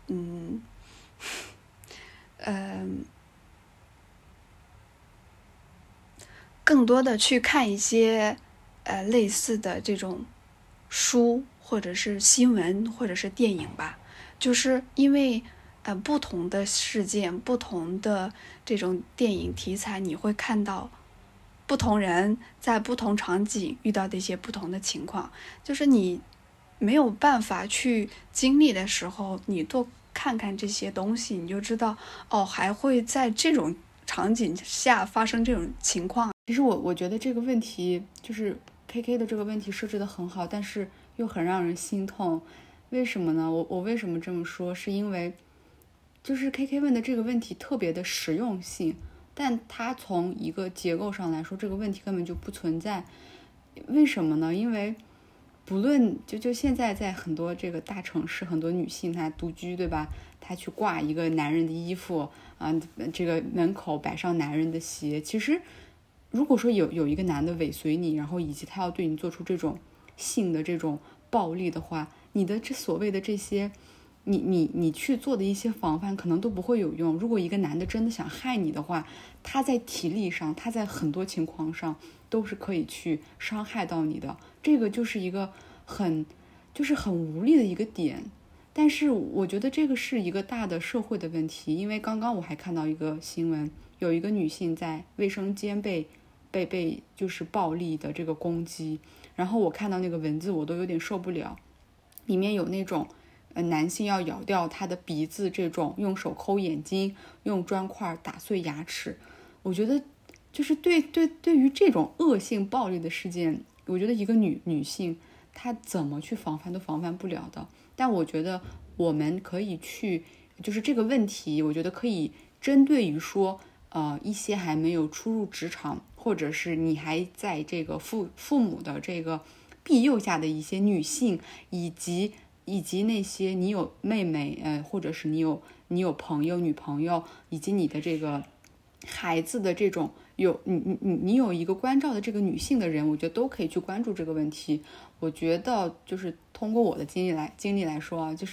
更多的去看一些类似的这种书，或者是新闻，或者是电影吧。就是因为不同的事件，不同的这种电影题材，你会看到不同人在不同场景遇到的一些不同的情况。就是你没有办法去经历的时候，你多看看这些东西，你就知道还会在这种场景下发生这种情况。 其实我觉得这个问题就是 KK 的这个问题设置的很好，但是又很让人心痛。为什么呢？我为什么这么说？是因为就是 KK 问的这个问题特别的实用性，但它从一个结构上来说，这个问题根本就不存在。为什么呢？因为不论就现在在很多这个大城市，很多女性她独居，对吧？她去挂一个男人的衣服这个门口摆上男人的鞋。其实如果说有一个男的尾随你，然后以及他要对你做出这种性的这种暴力的话，你的这所谓的这些你去做的一些防范可能都不会有用。如果一个男的真的想害你的话，他在体力上，他在很多情况上都是可以去伤害到你的。这个就是一个很无力的一个点。但是我觉得这个是一个大的社会的问题。因为刚刚我还看到一个新闻，有一个女性在卫生间被就是暴力的这个攻击，然后我看到那个文字我都有点受不了。里面有那种男性要咬掉他的鼻子，这种用手抠眼睛，用砖块打碎牙齿。我觉得就是对于这种恶性暴力的事件，我觉得一个女性她怎么去防范都防范不了的。但我觉得我们可以去，就是这个问题我觉得可以针对于说一些还没有初入职场，或者是你还在这个父母的这个庇佑下的一些女性，以及那些你有妹妹或者是你有朋友女朋友，以及你的这个孩子的这种你有一个关照的这个女性的人，我觉得都可以去关注这个问题。我觉得就是通过我的经历来说就是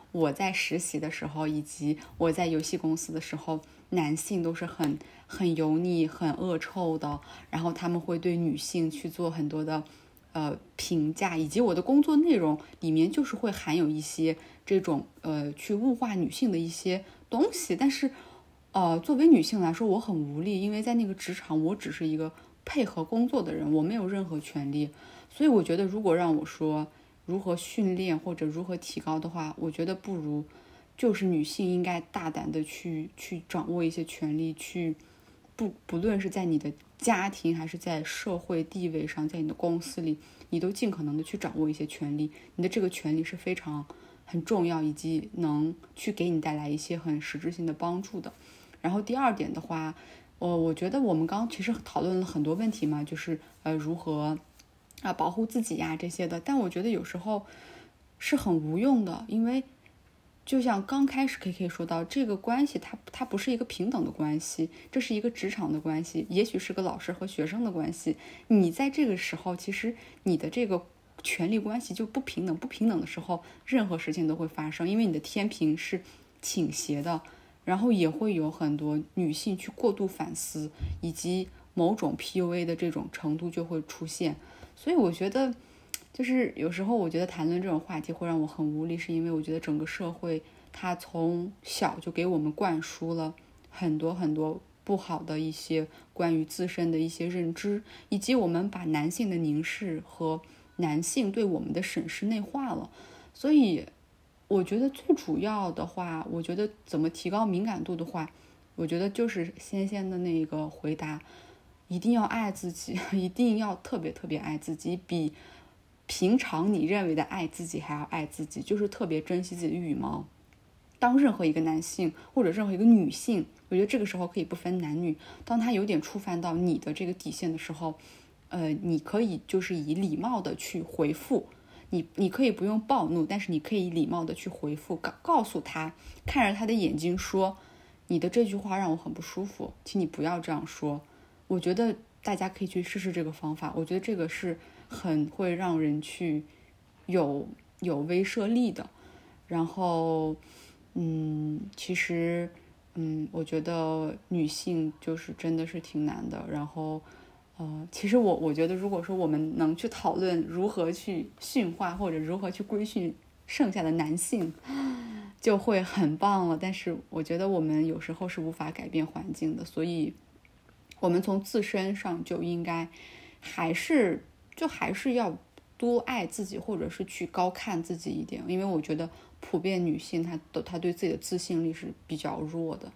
我在实习的时候，以及我在游戏公司的时候，男性都是很油腻、很恶臭的，然后他们会对女性去做很多的评价，以及我的工作内容里面就是会含有一些这种去物化女性的一些东西。但是作为女性来说，我很无力，因为在那个职场，我只是一个配合工作的人，我没有任何权利。所以我觉得，如果让我说如何训练或者如何提高的话，我觉得不如就是女性应该大胆的去掌握一些权利，去不论是在你的家庭还是在社会地位上，在你的公司里，你都尽可能的去掌握一些权利。你的这个权利是非常很重要，以及能去给你带来一些很实质性的帮助的。然后第二点的话，我觉得我们刚其实讨论了很多问题嘛，就是如何保护自己呀这些的，但我觉得有时候是很无用的，因为就像刚开始 KK 说到，这个关系它不是一个平等的关系，这是一个职场的关系，也许是个老师和学生的关系。你在这个时候，其实你的这个权力关系就不平等，不平等的时候，任何事情都会发生，因为你的天平是倾斜的，然后也会有很多女性去过度反思，以及某种 PUA 的这种程度就会出现。所以我觉得就是有时候我觉得谈论这种话题会让我很无力，是因为我觉得整个社会它从小就给我们灌输了很多很多不好的一些关于自身的一些认知，以及我们把男性的凝视和男性对我们的审视内化了。所以我觉得最主要的话，我觉得怎么提高敏感度的话，我觉得就是先的那个回答，一定要爱自己，一定要特别特别爱自己，比平常你认为的爱自己还要爱自己，就是特别珍惜自己的羽毛。当任何一个男性或者任何一个女性，我觉得这个时候可以不分男女，当他有点触犯到你的这个底线的时候，你可以就是以礼貌的去回复，你可以不用暴怒，但是你可以礼貌的去回复，告诉他，看着他的眼睛说，你的这句话让我很不舒服，请你不要这样说。我觉得大家可以去试试这个方法，我觉得这个是很会让人去有威慑力的。然后其实我觉得女性就是真的是挺难的。然后其实我觉得如果说我们能去讨论如何去驯化或者如何去规训剩下的男性就会很棒了，但是我觉得我们有时候是无法改变环境的，所以我们从自身上就应该还是要多爱自己，或者是去高看自己一点，因为我觉得普遍女性她对自己的自信力是比较弱的。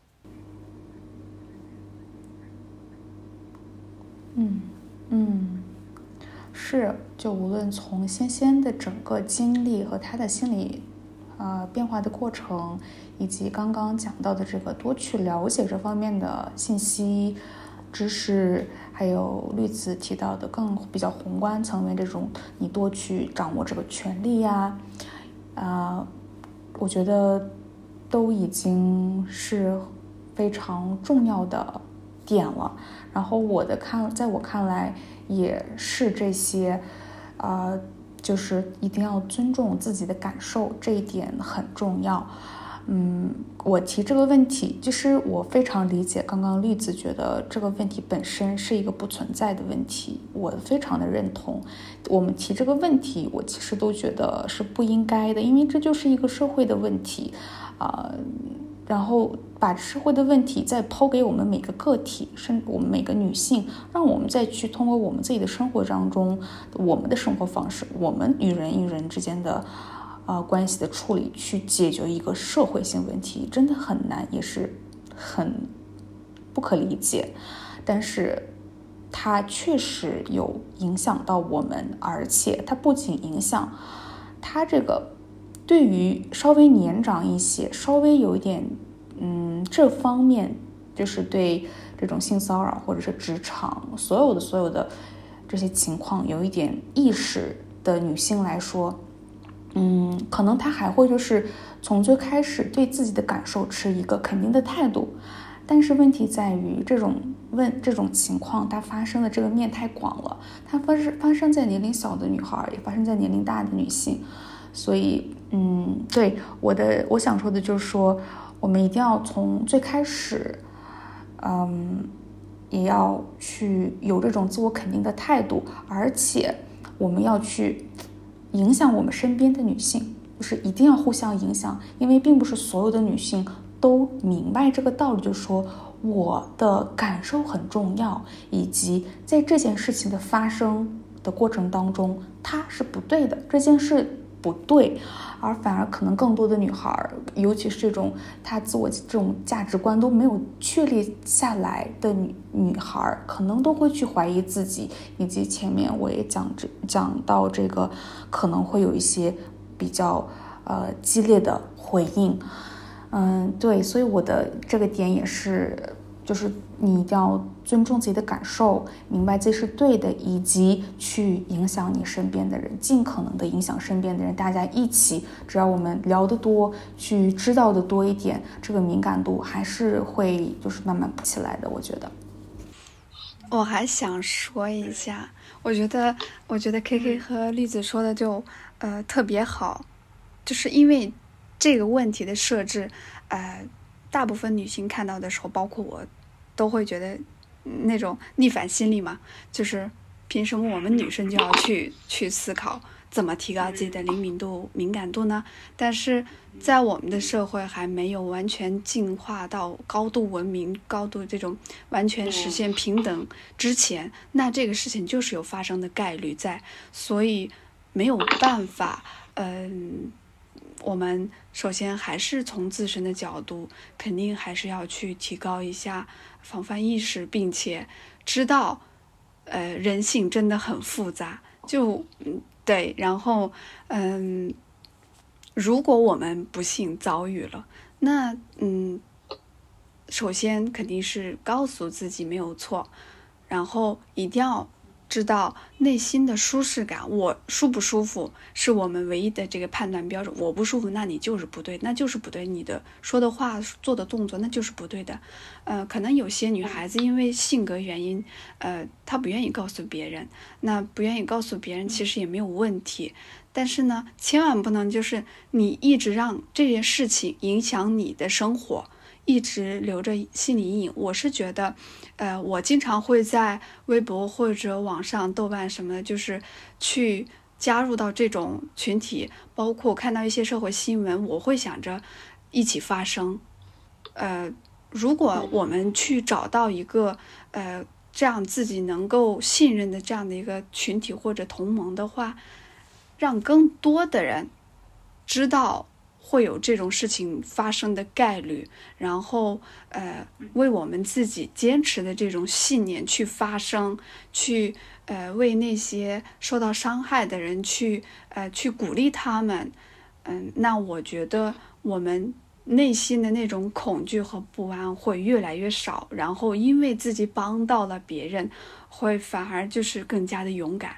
是，就无论从仙的整个经历和她的心理变化的过程，以及刚刚讲到的这个多去了解这方面的信息知识，还有绿子提到的更比较宏观层面这种你多去掌握这个权利呀，我觉得都已经是非常重要的点了。然后在我看来也是这些就是一定要尊重自己的感受，这一点很重要。我提这个问题，就是我非常理解刚刚栗子觉得这个问题本身是一个不存在的问题，我非常的认同。我们提这个问题，我其实都觉得是不应该的，因为这就是一个社会的问题然后把社会的问题再抛给我们每个个体，甚至我们每个女性，让我们再去通过我们自己的生活当中，我们的生活方式，我们与人与人之间的关系的处理，去解决一个社会性问题，真的很难，也是很不可理解。但是它确实有影响到我们，而且它不仅影响它这个对于稍微年长一些，稍微有一点这方面就是对这种性骚扰或者是职场所有的这些情况有一点意识的女性来说，可能她还会就是从最开始对自己的感受持一个肯定的态度，但是问题在于这种情况它发生的这个面太广了，它发生在年龄小的女孩，也发生在年龄大的女性，所以对，我想说的就是说，我们一定要从最开始，也要去有这种自我肯定的态度，而且我们要去影响我们身边的女性，就是一定要互相影响，因为并不是所有的女性都明白这个道理，就是说我的感受很重要，以及在这件事情的发生的过程当中，它是不对的，这件事不对，而反而可能更多的女孩，尤其是这种她自我这种价值观都没有确立下来的女孩，可能都会去怀疑自己，以及前面我也讲到这个可能会有一些比较激烈的回应。对，所以我的这个点也是，就是你一定要尊重自己的感受，明白自己是对的，以及去影响你身边的人，尽可能的影响身边的人，大家一起，只要我们聊得多，去知道的多一点，这个敏感度还是会就是慢慢补起来的，我觉得。 我还想说一下，我觉得 KK 和栗子说的就特别好，就是因为这个问题的设置，大部分女性看到的时候，包括我，都会觉得那种逆反心理嘛，就是凭什么我们女生就要去思考怎么提高自己的灵敏度、敏感度呢？但是在我们的社会还没有完全进化到高度文明、高度这种完全实现平等之前，那这个事情就是有发生的概率在，所以没有办法，我们首先还是从自身的角度，肯定还是要去提高一下防范意识，并且知道，人性真的很复杂，对，然后，如果我们不幸遭遇了，那首先肯定是告诉自己没有错，然后一定要知道内心的舒适感，我舒不舒服是我们唯一的这个判断标准。我不舒服，那你就是不对，那就是不对，你的说的话、做的动作那就是不对的。可能有些女孩子因为性格原因，她不愿意告诉别人，那不愿意告诉别人其实也没有问题。但是呢，千万不能就是你一直让这件事情影响你的生活，一直留着心理阴影。我是觉得，我经常会在微博或者网上、豆瓣什么的，就是去加入到这种群体，包括看到一些社会新闻，我会想着一起发声。如果我们去找到一个这样自己能够信任的这样的一个群体或者同盟的话，让更多的人知道会有这种事情发生的概率，然后为我们自己坚持的这种信念去发声，去为那些受到伤害的人去鼓励他们，那我觉得我们内心的那种恐惧和不安会越来越少，然后因为自己帮到了别人，会反而就是更加的勇敢。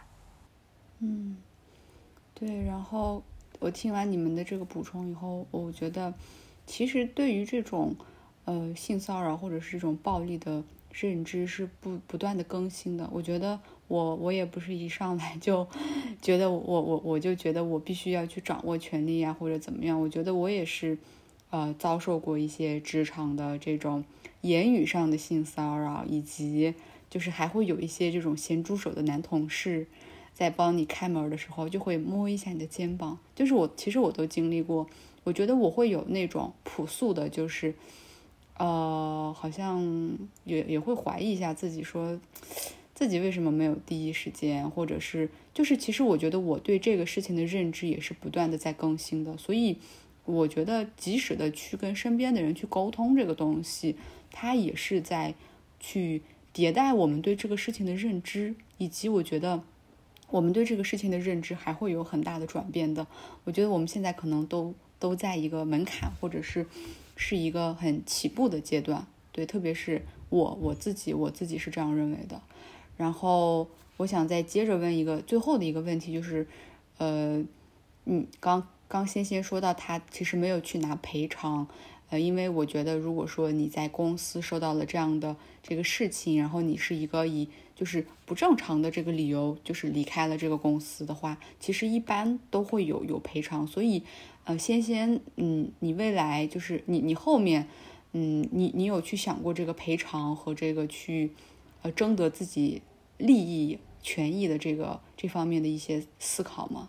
对，然后我听完你们的这个补充以后，我觉得其实对于这种性骚扰或者是这种暴力的认知是不断的更新的。我觉得我也不是一上来就觉得我就觉得我必须要去掌握权力啊或者怎么样。我觉得我也是遭受过一些职场的这种言语上的性骚扰，以及就是还会有一些这种咸猪手的男同事在帮你开门的时候就会摸一下你的肩膀，就是其实我都经历过。我觉得我会有那种朴素的，就是好像也会怀疑一下自己，说自己为什么没有第一时间，或者是就是其实我觉得我对这个事情的认知也是不断的在更新的。所以我觉得及时的去跟身边的人去沟通这个东西，它也是在去迭代我们对这个事情的认知，以及我觉得我们对这个事情的认知还会有很大的转变的。我觉得我们现在可能都在一个门槛，或者是一个很起步的阶段。对，特别是我自己是这样认为的。然后我想再接着问一个最后的一个问题，就是刚先说到他其实没有去拿赔偿，因为我觉得如果说你在公司受到了这样的这个事情，然后你是一个以就是不正常的这个理由就是离开了这个公司的话，其实一般都会有赔偿。所以仙仙，你未来就是你后面，你有去想过这个赔偿和这个去争得自己利益权益的这方面的一些思考吗？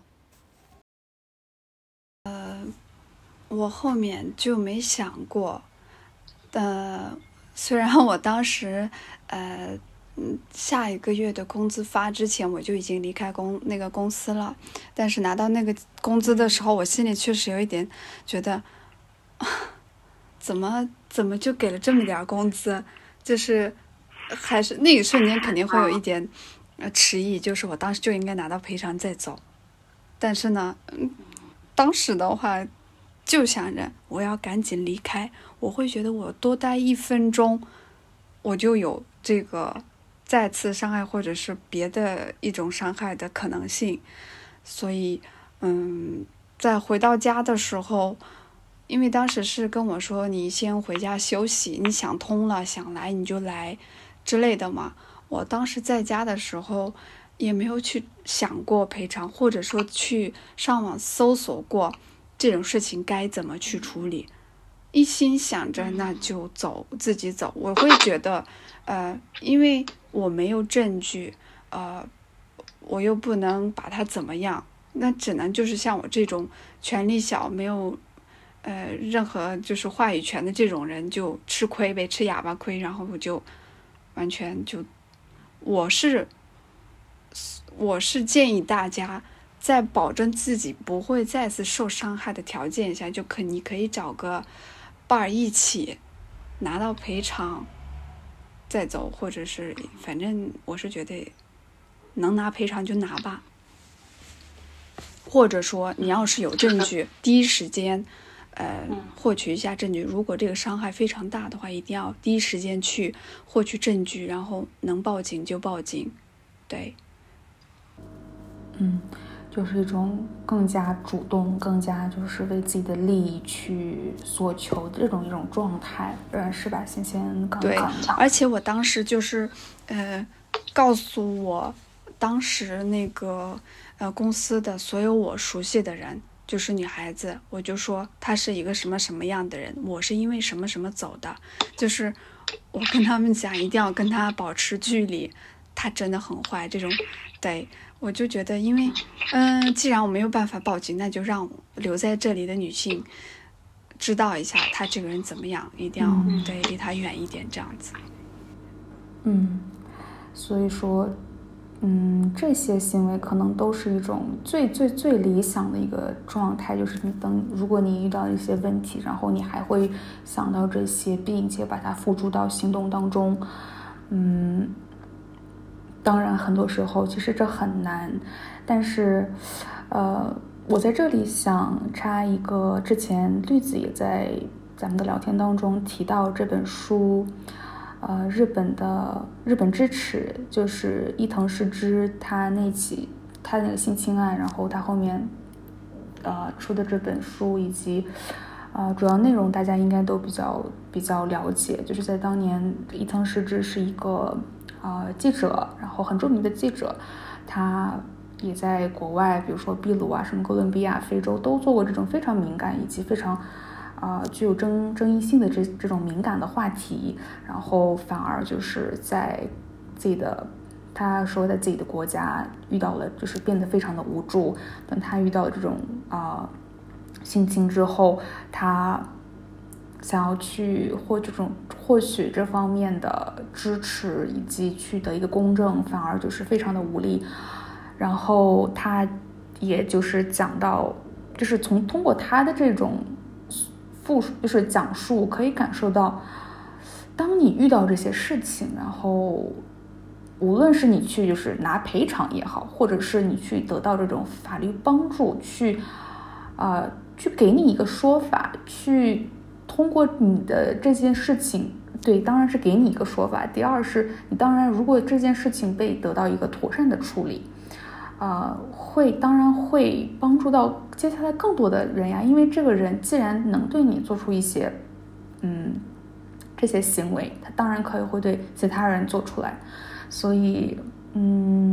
我后面就没想过，虽然我当时下一个月的工资发之前我就已经离开那个公司了，但是拿到那个工资的时候，我心里确实有一点觉得，怎么就给了这么点工资，就是还是那一瞬间肯定会有一点迟疑，就是我当时就应该拿到赔偿再走，但是呢，当时的话就想着我要赶紧离开，我会觉得我多待1分钟我就有这个再次伤害或者是别的一种伤害的可能性，所以在回到家的时候，因为当时是跟我说你先回家休息，你想通了想来你就来之类的嘛，我当时在家的时候也没有去想过赔偿，或者说去上网搜索过这种事情该怎么去处理，一心想着那就走，自己走。我会觉得因为我没有证据，我又不能把它怎么样，那只能就是像我这种权力小没有任何就是话语权的这种人就吃亏呗，吃哑巴亏，然后我就完全就我是建议大家在保证自己不会再次受伤害的条件下，你可以找个伴儿一起拿到赔偿再走，或者是反正我是觉得能拿赔偿就拿吧，或者说你要是有证据第一时间获取一下证据，如果这个伤害非常大的话，一定要第一时间去获取证据，然后能报警就报警。对， 就是一种更加主动，更加就是为自己的利益去所求的一种状态，是吧？仙仙刚刚对，而且我当时就是告诉我当时那个公司的所有我熟悉的人，就是女孩子，我就说她是一个什么什么样的人，我是因为什么什么走的，就是我跟他们讲一定要跟她保持距离，她真的很坏这种。对，我就觉得因为既然我没有办法报警，那就让留在这里的女性知道一下她这个人怎么样，一定要对离她远一点这样子。 所以说这些行为可能都是一种最理想的一个状态，就是如果你遇到一些问题，然后你还会想到这些，并且把它付诸到行动当中。当然很多时候其实这很难，但是我在这里想插一个，之前绿子也在咱们的聊天当中提到这本书，日本之耻，就是伊藤诗织他那个性侵案，然后他后面出的这本书，以及主要内容大家应该都比较了解，就是在当年伊藤诗织是一个记者，然后很著名的记者，他也在国外，比如说秘鲁啊、什么哥伦比亚、非洲都做过这种非常敏感以及非常具有争议性的这种敏感的话题，然后反而就是在他说在自己的国家遇到了，就是变得非常的无助。等他遇到了这种性侵之后，他想要去获取这方面的支持以及取得一个公正，反而就是非常的无力。然后他也就是讲到，就是通过他的这种就是讲述，可以感受到，当你遇到这些事情，然后无论是你去就是拿赔偿也好，或者是你去得到这种法律帮助，去给你一个说法，去通过你的这件事情，对，当然是给你一个说法。第二是你当然如果这件事情被得到一个妥善的处理，当然会帮助到接下来更多的人呀，因为这个人既然能对你做出一些这些行为，他当然会对其他人做出来。所以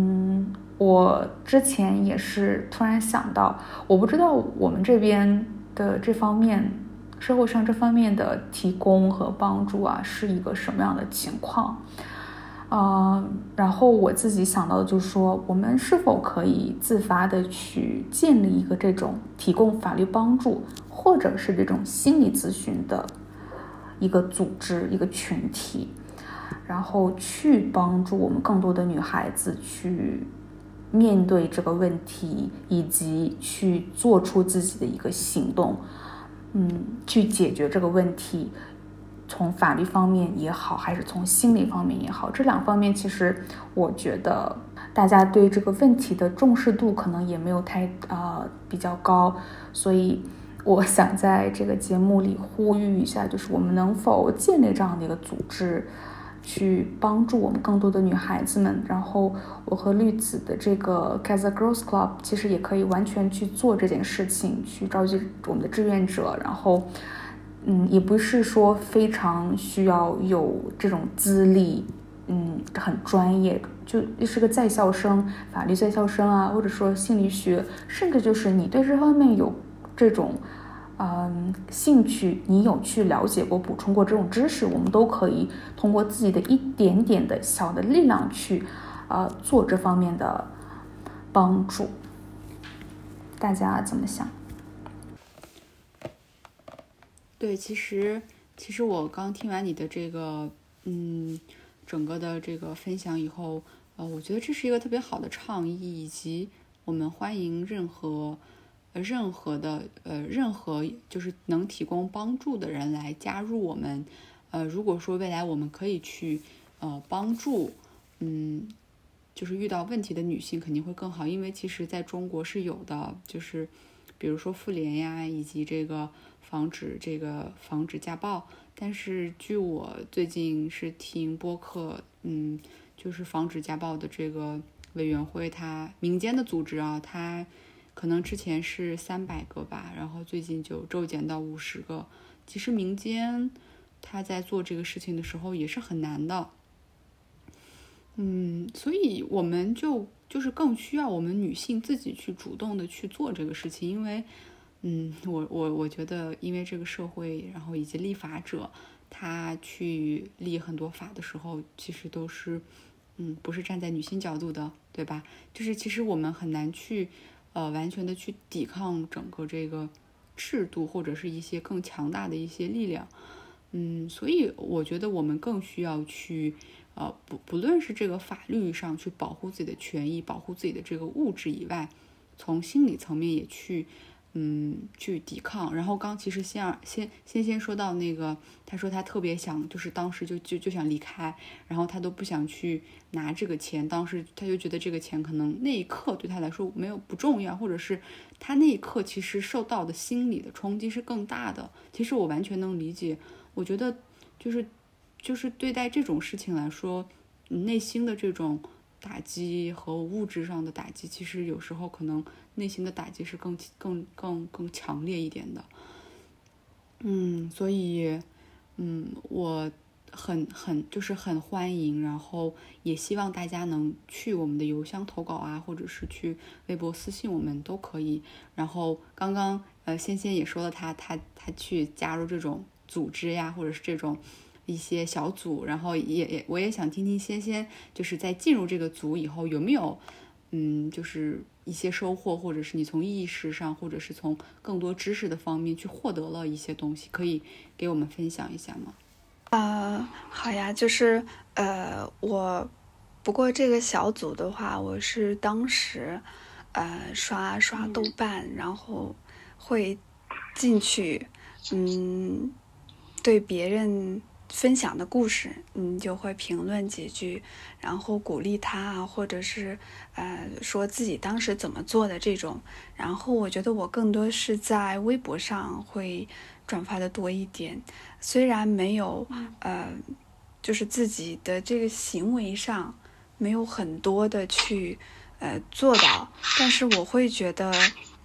我之前也是突然想到，我不知道我们这边的这方面，社会上这方面的提供和帮助啊，是一个什么样的情况？然后我自己想到的就是说，我们是否可以自发的去建立一个这种提供法律帮助或者是这种心理咨询的一个组织、一个群体，然后去帮助我们更多的女孩子去面对这个问题，以及去做出自己的一个行动，去解决这个问题。从法律方面也好，还是从心理方面也好，这两方面其实我觉得大家对这个问题的重视度可能也没有比较高，所以我想在这个节目里呼吁一下，就是我们能否建立这样的一个组织，去帮助我们更多的女孩子们。然后我和绿子的这个 Gaza Girls Club 其实也可以完全去做这件事情，去召集我们的志愿者，然后也不是说非常需要有这种资历，很专业，就是个在校生，法律在校生啊，或者说心理学，甚至就是你对这方面有这种兴趣，你有去了解过、补充过这种知识，我们都可以通过自己的一点点的小的力量去做这方面的帮助。大家怎么想？ 对，其实我刚听完你的这个整个的这个分享以后，我觉得这是一个特别好的倡议，以及我们欢迎任何就是能提供帮助的人来加入我们。如果说未来我们可以去帮助就是遇到问题的女性肯定会更好，因为其实在中国是有的，就是比如说妇联呀，以及这个防止家暴。但是据我最近是听播客，就是防止家暴的这个委员会，它民间的组织啊，它可能之前是300个吧，然后最近就骤减到50个。其实民间他在做这个事情的时候也是很难的，所以我们就是更需要我们女性自己去主动的去做这个事情。因为我觉得因为这个社会，然后以及立法者他去立很多法的时候，其实都是不是站在女性角度的，对吧？就是其实我们很难去完全的去抵抗整个这个制度，或者是一些更强大的一些力量。所以我觉得我们更需要去不论是这个法律上去保护自己的权益，保护自己的这个物质以外，从心理层面也去抵抗。然后其实先说到那个，他说他特别想，就是当时就想离开，然后他都不想去拿这个钱，当时他就觉得这个钱可能那一刻对他来说不重要，或者是他那一刻其实受到的心理的冲击是更大的。其实我完全能理解，我觉得就是对待这种事情来说，内心的这种打击和物质上的打击，其实有时候可能内心的打击是更强烈一点的。所以我很欢迎，然后也希望大家能去我们的邮箱投稿啊，或者是去微博私信我们都可以。然后刚刚仙也说了他去加入这种组织呀，或者是这种一些小组，然后我也想听听仙就是在进入这个组以后有没有就是一些收获，或者是你从意识上，或者是从更多知识的方面去获得了一些东西，可以给我们分享一下吗？ 好呀，就是不过这个小组的话，我是当时刷豆瓣，然后会进去对别人分享的故事，就会评论几句，然后鼓励他，或者是说自己当时怎么做的这种。然后我觉得我更多是在微博上会转发的多一点，虽然没有就是自己的这个行为上没有很多的去做到，但是我会觉得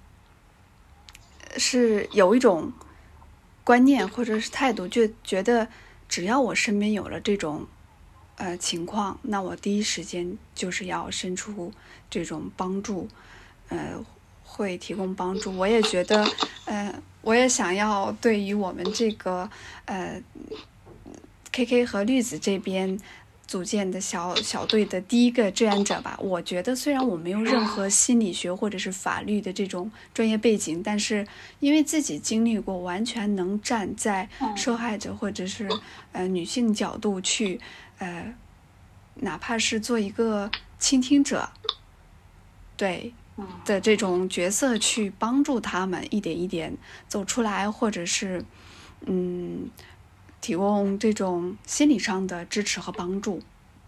是有一种观念或者是态度，就觉得只要我身边有了这种情况，那我第一时间就是要伸出这种帮助， 会提供帮助。我也觉得，我也想要对于我们这个KK 和绿子这边组建的小队的第一个志愿者吧。我觉得虽然我没有任何心理学或者是法律的这种专业背景，但是因为自己经历过，完全能站在受害者或者是女性角度去哪怕是做一个倾听者，对的这种角色去帮助他们一点一点走出来，或者是提供这种心理上的支持和帮助。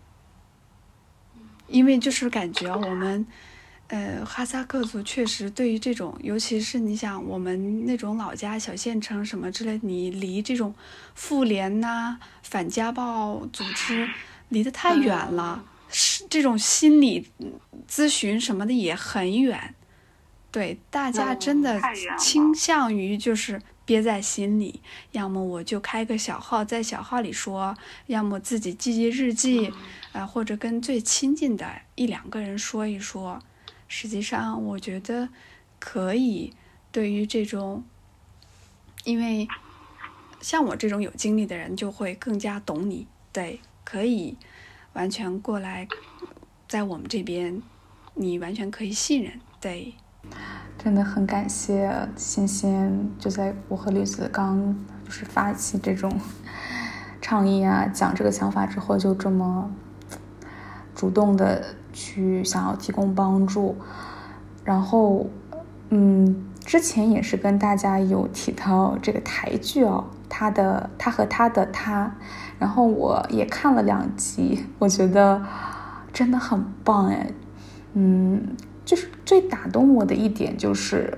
因为就是感觉我们哈萨克族确实对于这种，尤其是你想我们那种老家小县城什么之类，你离这种妇联呐、反家暴组织离得太远了，这种心理咨询什么的也很远。对，大家真的倾向于就是憋在心里，要么我就开个小号，在小号里说，要么自己记记日记，或者跟最亲近的1-2个人说一说。实际上我觉得可以对于这种，因为像我这种有经历的人就会更加懂你，对，可以完全过来在我们这边你完全可以信任。对， 真的很感谢仙仙，就在我和绿子刚就是发起这种倡议啊，讲这个想法之后，就这么主动的去想要提供帮助。然后之前也是跟大家有提到这个台剧哦，他和他的他，然后我也看了2集，我觉得真的很棒哎。就是最打动我的一点就是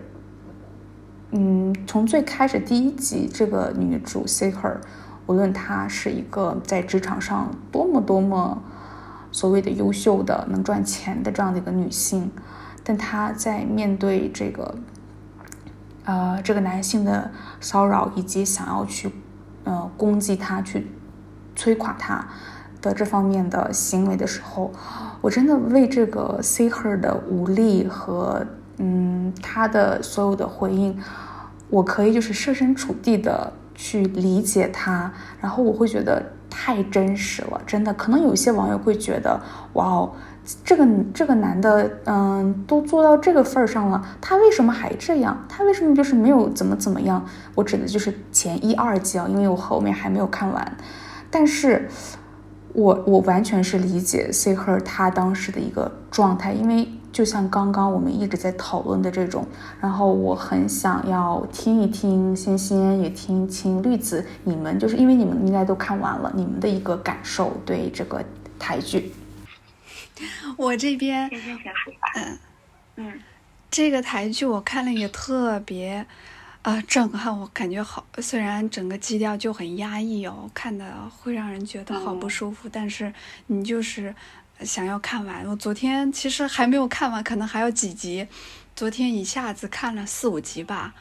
从最开始第1集，这个女主 Seher， 无论她是一个在职场上多么所谓的优秀的能赚钱的这样的一个女性，但她在面对这个男性的骚扰以及想要去攻击她、去摧垮她的这方面的行为的时候，我真的为这个 Seher 的无力和她的所有的回应，我可以就是设身处地的去理解她，然后我会觉得太真实了，真的。可能有一些网友会觉得，哇哦，这个男的都做到这个份上了，他为什么还这样？他为什么就是没有怎么样？我指的就是前1、2集啊，因为我后面还没有看完。但是我完全是理解 Seher 他当时的一个状态，因为就像刚刚我们一直在讨论的这种，然后我很想要听一听仙仙，也听一听绿子，你们就是因为你们应该都看完了，你们的一个感受对这个台剧。 我这边这个台剧我看了也特别震撼，我感觉好，虽然整个基调就很压抑哦，看的会让人觉得好不舒服，但是你就是想要看完。我昨天其实还没有看完，可能还有几集，昨天一下子看了4、5集吧。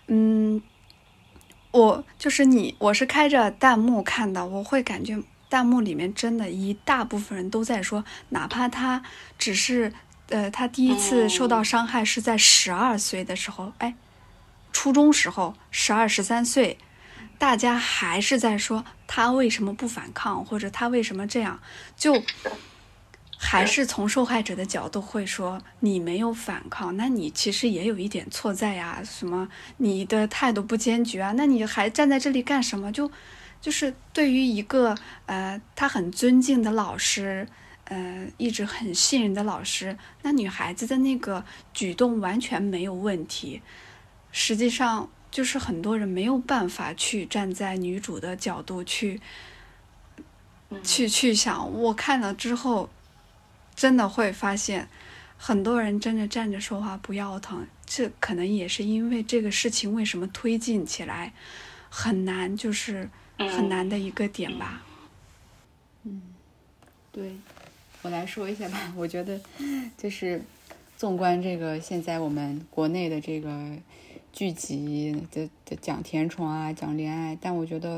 我是开着弹幕看的，我会感觉弹幕里面真的一大部分人都在说，哪怕他只是他第一次受到伤害是在12岁的时候，初中时候12、13岁，大家还是在说他为什么不反抗，或者他为什么这样，就还是从受害者的角度会说你没有反抗，那你其实也有一点错在呀，什么你的态度不坚决啊，那你还站在这里干什么？就是对于一个他很尊敬的老师，一直很信任的老师，那女孩子的那个举动完全没有问题。实际上就是很多人没有办法去站在女主的角度去想。我看了之后真的会发现很多人真的站着说话不腰疼，这可能也是因为这个事情为什么推进起来很难，就是很难的一个点吧。 对，我来说一下吧。我觉得就是纵观这个现在我们国内的这个剧集的讲甜宠啊，讲恋爱，但我觉得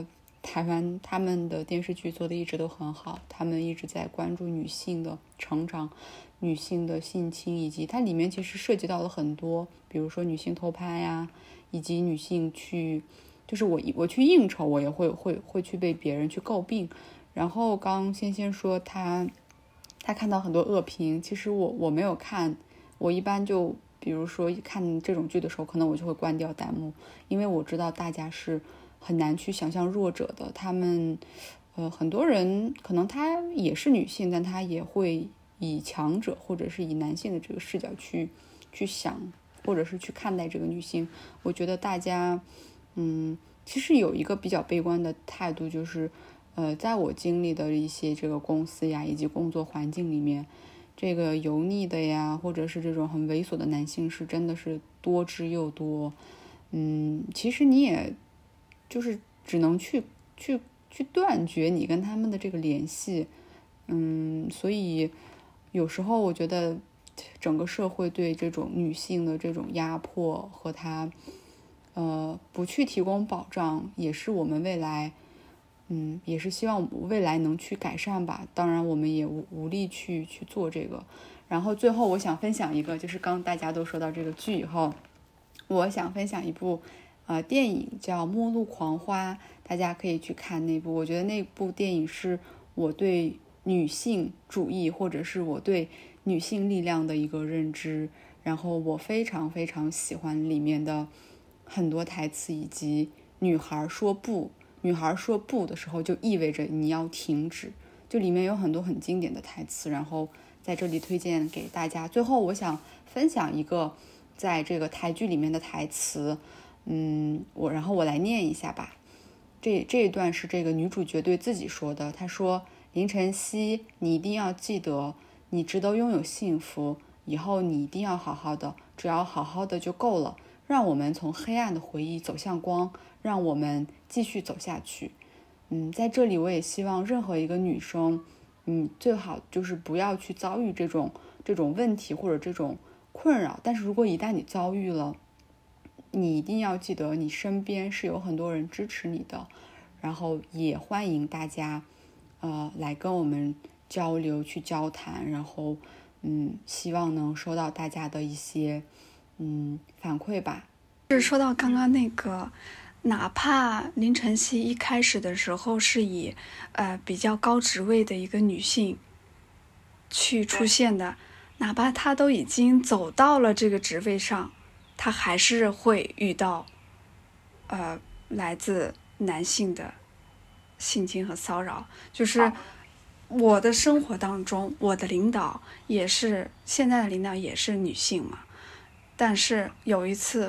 台湾他们的电视剧做的一直都很好，他们一直在关注女性的成长、女性的性侵，以及它里面其实涉及到了很多，比如说女性偷拍呀，以及女性去，就是我去应酬，我也会去被别人去诟病。然后刚先说他看到很多恶评，其实我没有看，我一般就比如说看这种剧的时候，可能我就会关掉弹幕，因为我知道大家是很难去想象弱者的，他们很多人可能她也是女性，但她也会以强者或者是以男性的这个视角去想，或者是去看待这个女性。我觉得大家其实有一个比较悲观的态度，就是在我经历的一些这个公司呀以及工作环境里面，这个油腻的呀或者是这种很猥琐的男性是真的是多之又多。其实你也就是只能去断绝你跟他们的这个联系。所以有时候我觉得整个社会对这种女性的这种压迫和她不去提供保障，也是我们未来也是希望未来能去改善吧。当然我们也无力去做这个。然后最后我想分享一个，就是刚大家都说到这个剧以后，我想分享一部电影叫《末路狂花》，大家可以去看那部。我觉得那部电影是我对女性主义或者是我对女性力量的一个认知，然后我非常非常喜欢里面的很多台词，以及女孩说不的时候就意味着你要停止，就里面有很多很经典的台词，然后在这里推荐给大家。最后我想分享一个在这个台剧里面的台词，然后我来念一下吧。这一段是这个女主角对自己说的，她说：林晨曦，你一定要记得，你值得拥有幸福，以后你一定要好好的，只要好好的就够了，让我们从黑暗的回忆走向光，让我们继续走下去。在这里我也希望任何一个女生，最好就是不要去遭遇这种问题或者这种困扰，但是如果一旦你遭遇了，你一定要记得你身边是有很多人支持你的，然后也欢迎大家来跟我们交流去交谈，然后希望能收到大家的一些反馈吧。 就是说到刚刚那个，哪怕林晨曦一开始的时候是以比较高职位的一个女性去出现的，哪怕她都已经走到了这个职位上，她还是会遇到来自男性的性侵和骚扰。就是我的生活当中，我的领导也是，现在的领导也是女性嘛，但是有一次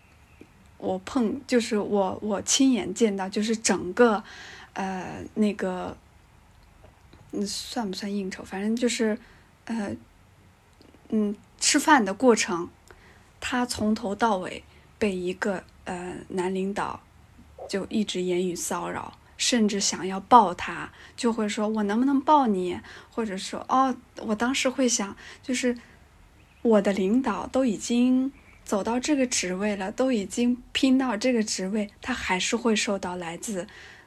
就是我亲眼见到，就是整个那个算不算应酬，反正就是吃饭的过程，他从头到尾被一个男领导就一直言语骚扰，甚至想要抱他，就会说我能不能抱你，或者说我当时会想，就是我的领导都已经走到这个职位了，都已经拼到这个职位，他还是会受到来自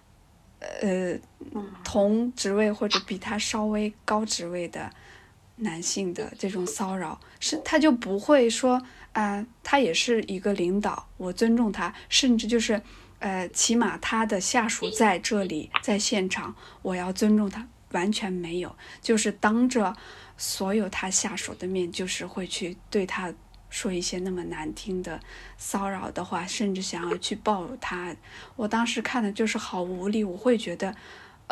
同职位或者比他稍微高职位的男性的这种骚扰，他就不会说他也是一个领导，我尊重他，甚至就是起码他的下属在这里在现场，我要尊重他，完全没有，就是当着所有他下属的面，就是会去对他说一些那么难听的骚扰的话，甚至想要去抱他。我当时看的就是好无力，我会觉得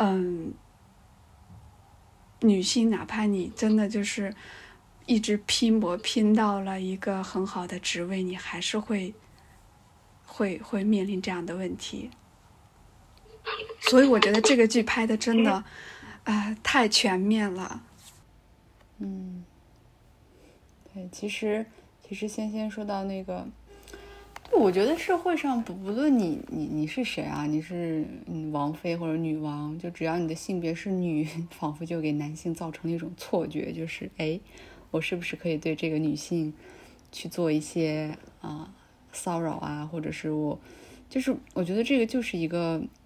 女性哪怕你真的就是一直拼搏拼到了一个很好的职位，你还是会面临这样的问题。所以我觉得这个剧拍的真的太全面了。 对，其实先说到那个，我觉得社会上不论你是谁啊，你是王妃或者女王，就只要你的性别是女，仿佛就给男性造成了一种错觉，就是我是不是可以对这个女性去做一些骚扰啊，或者是我觉得这个就是一个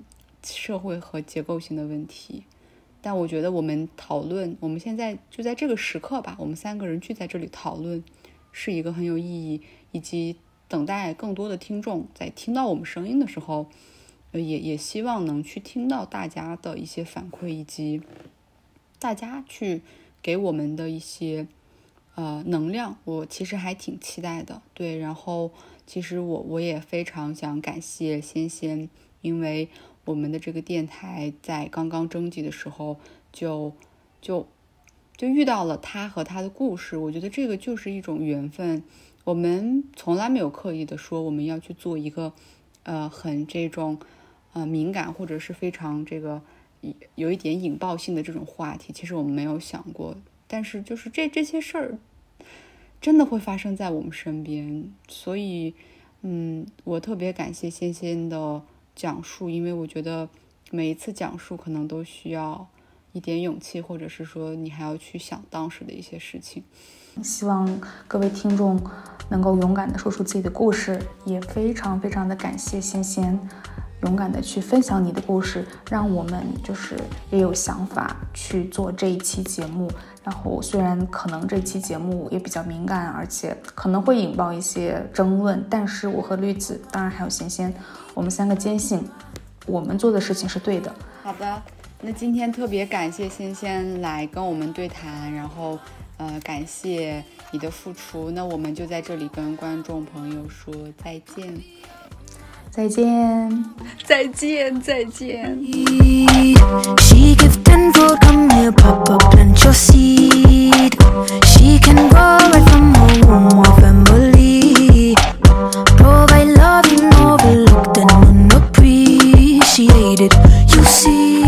社会和结构性的问题。但我觉得我们讨论，我们现在就在这个时刻吧，我们3个人聚在这里讨论，是一个很有意义，以及等待更多的听众在听到我们声音的时候，也希望能去听到大家的一些反馈，以及大家去给我们的一些能量，我其实还挺期待的。对，然后其实我也非常想感谢仙仙，因为我们的这个电台在刚刚征集的时候就遇到了他和他的故事，我觉得这个就是一种缘分。我们从来没有刻意的说我们要去做一个很这种敏感或者是非常这个有一点引爆性的这种话题，其实我们没有想过，但是就是这些事儿真的会发生在我们身边。所以我特别感谢仙仙的讲述，因为我觉得每一次讲述可能都需要一点勇气，或者是说你还要去想当时的一些事情。 希望各位听众能够勇敢地说出自己的故事，也非常非常的感谢仙仙勇敢地去分享你的故事，让我们就是也有想法去做这一期节目。然后虽然可能这期节目也比较敏感，而且可能会引爆一些争论，但是我和绿子，当然还有仙仙，我们3个坚信我们做的事情是对的。 好的，那今天特别感谢仙仙来跟我们对谈，然后感谢你的付出。那我们就在这里跟观众朋友说再见。 再见， 再见，再见。 She give tenfold, come here, pop up, plant your seed. She can grow right from her womb or family. Provide loving, overlooked and unappreciated. You see,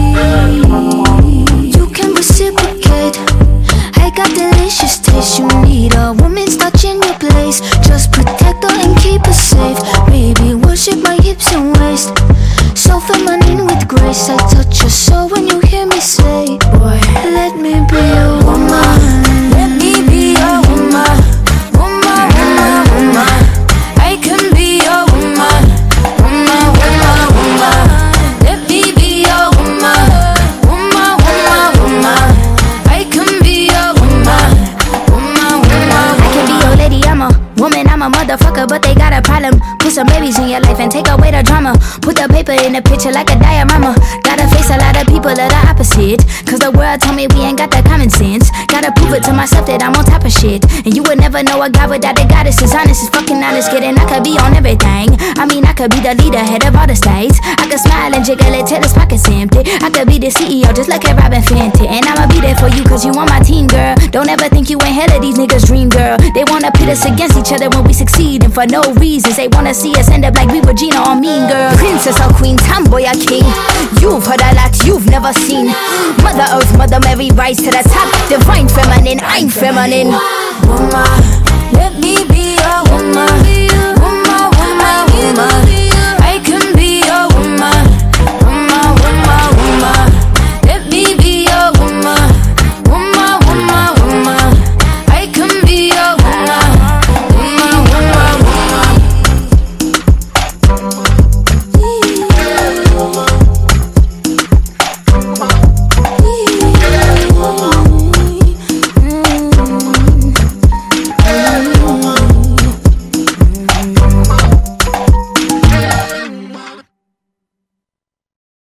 you can reciprocate. I got delicious taste. You need a woman's touch in your place. Just protect her and keep her safe. Baby, worship my hips and waist. So feminine with grace. I touch your soul when you hear me say, boy, let me be a woman. Let me be a woman. Woman, woman, woman. I can be a woman. Woman, woman, woman. Let me be a woman. Woman, woman, woman. I can be a woman. Woman, woman, woman. I can be your lady, I'm a woman, I'm a motherfucker, but they got a problem. Put some babies in your life and take away the drama. Put the paper in the picture like a diorama. Gotta face a lot of people that are opposite, cause the world told me we ain't got that common sense. Gotta prove it to myself that I'm on top of shit. And you would never know a guy without a goddess. Is honest, is fucking honest, kidding. I could be on everything. I mean, I could be the leader, head of all the states. I could smile and jiggle it till his pockets empty. I could be the CEO, just like a Robin Fenty. And I'ma be there for you, cause you on my team, girl. Don't ever think you ain't hell of these niggas' dream, girl. They wanna pit us against each other when we succeed, and for no reasons. They wanna see us end up like we were Gina or Mean Girl. Princess or queen, tomboy or king. You've heard a lot you've never seen. Mother Earth, Mother Mary, rise to the top. Divine feminine, I'm feminine. Woman.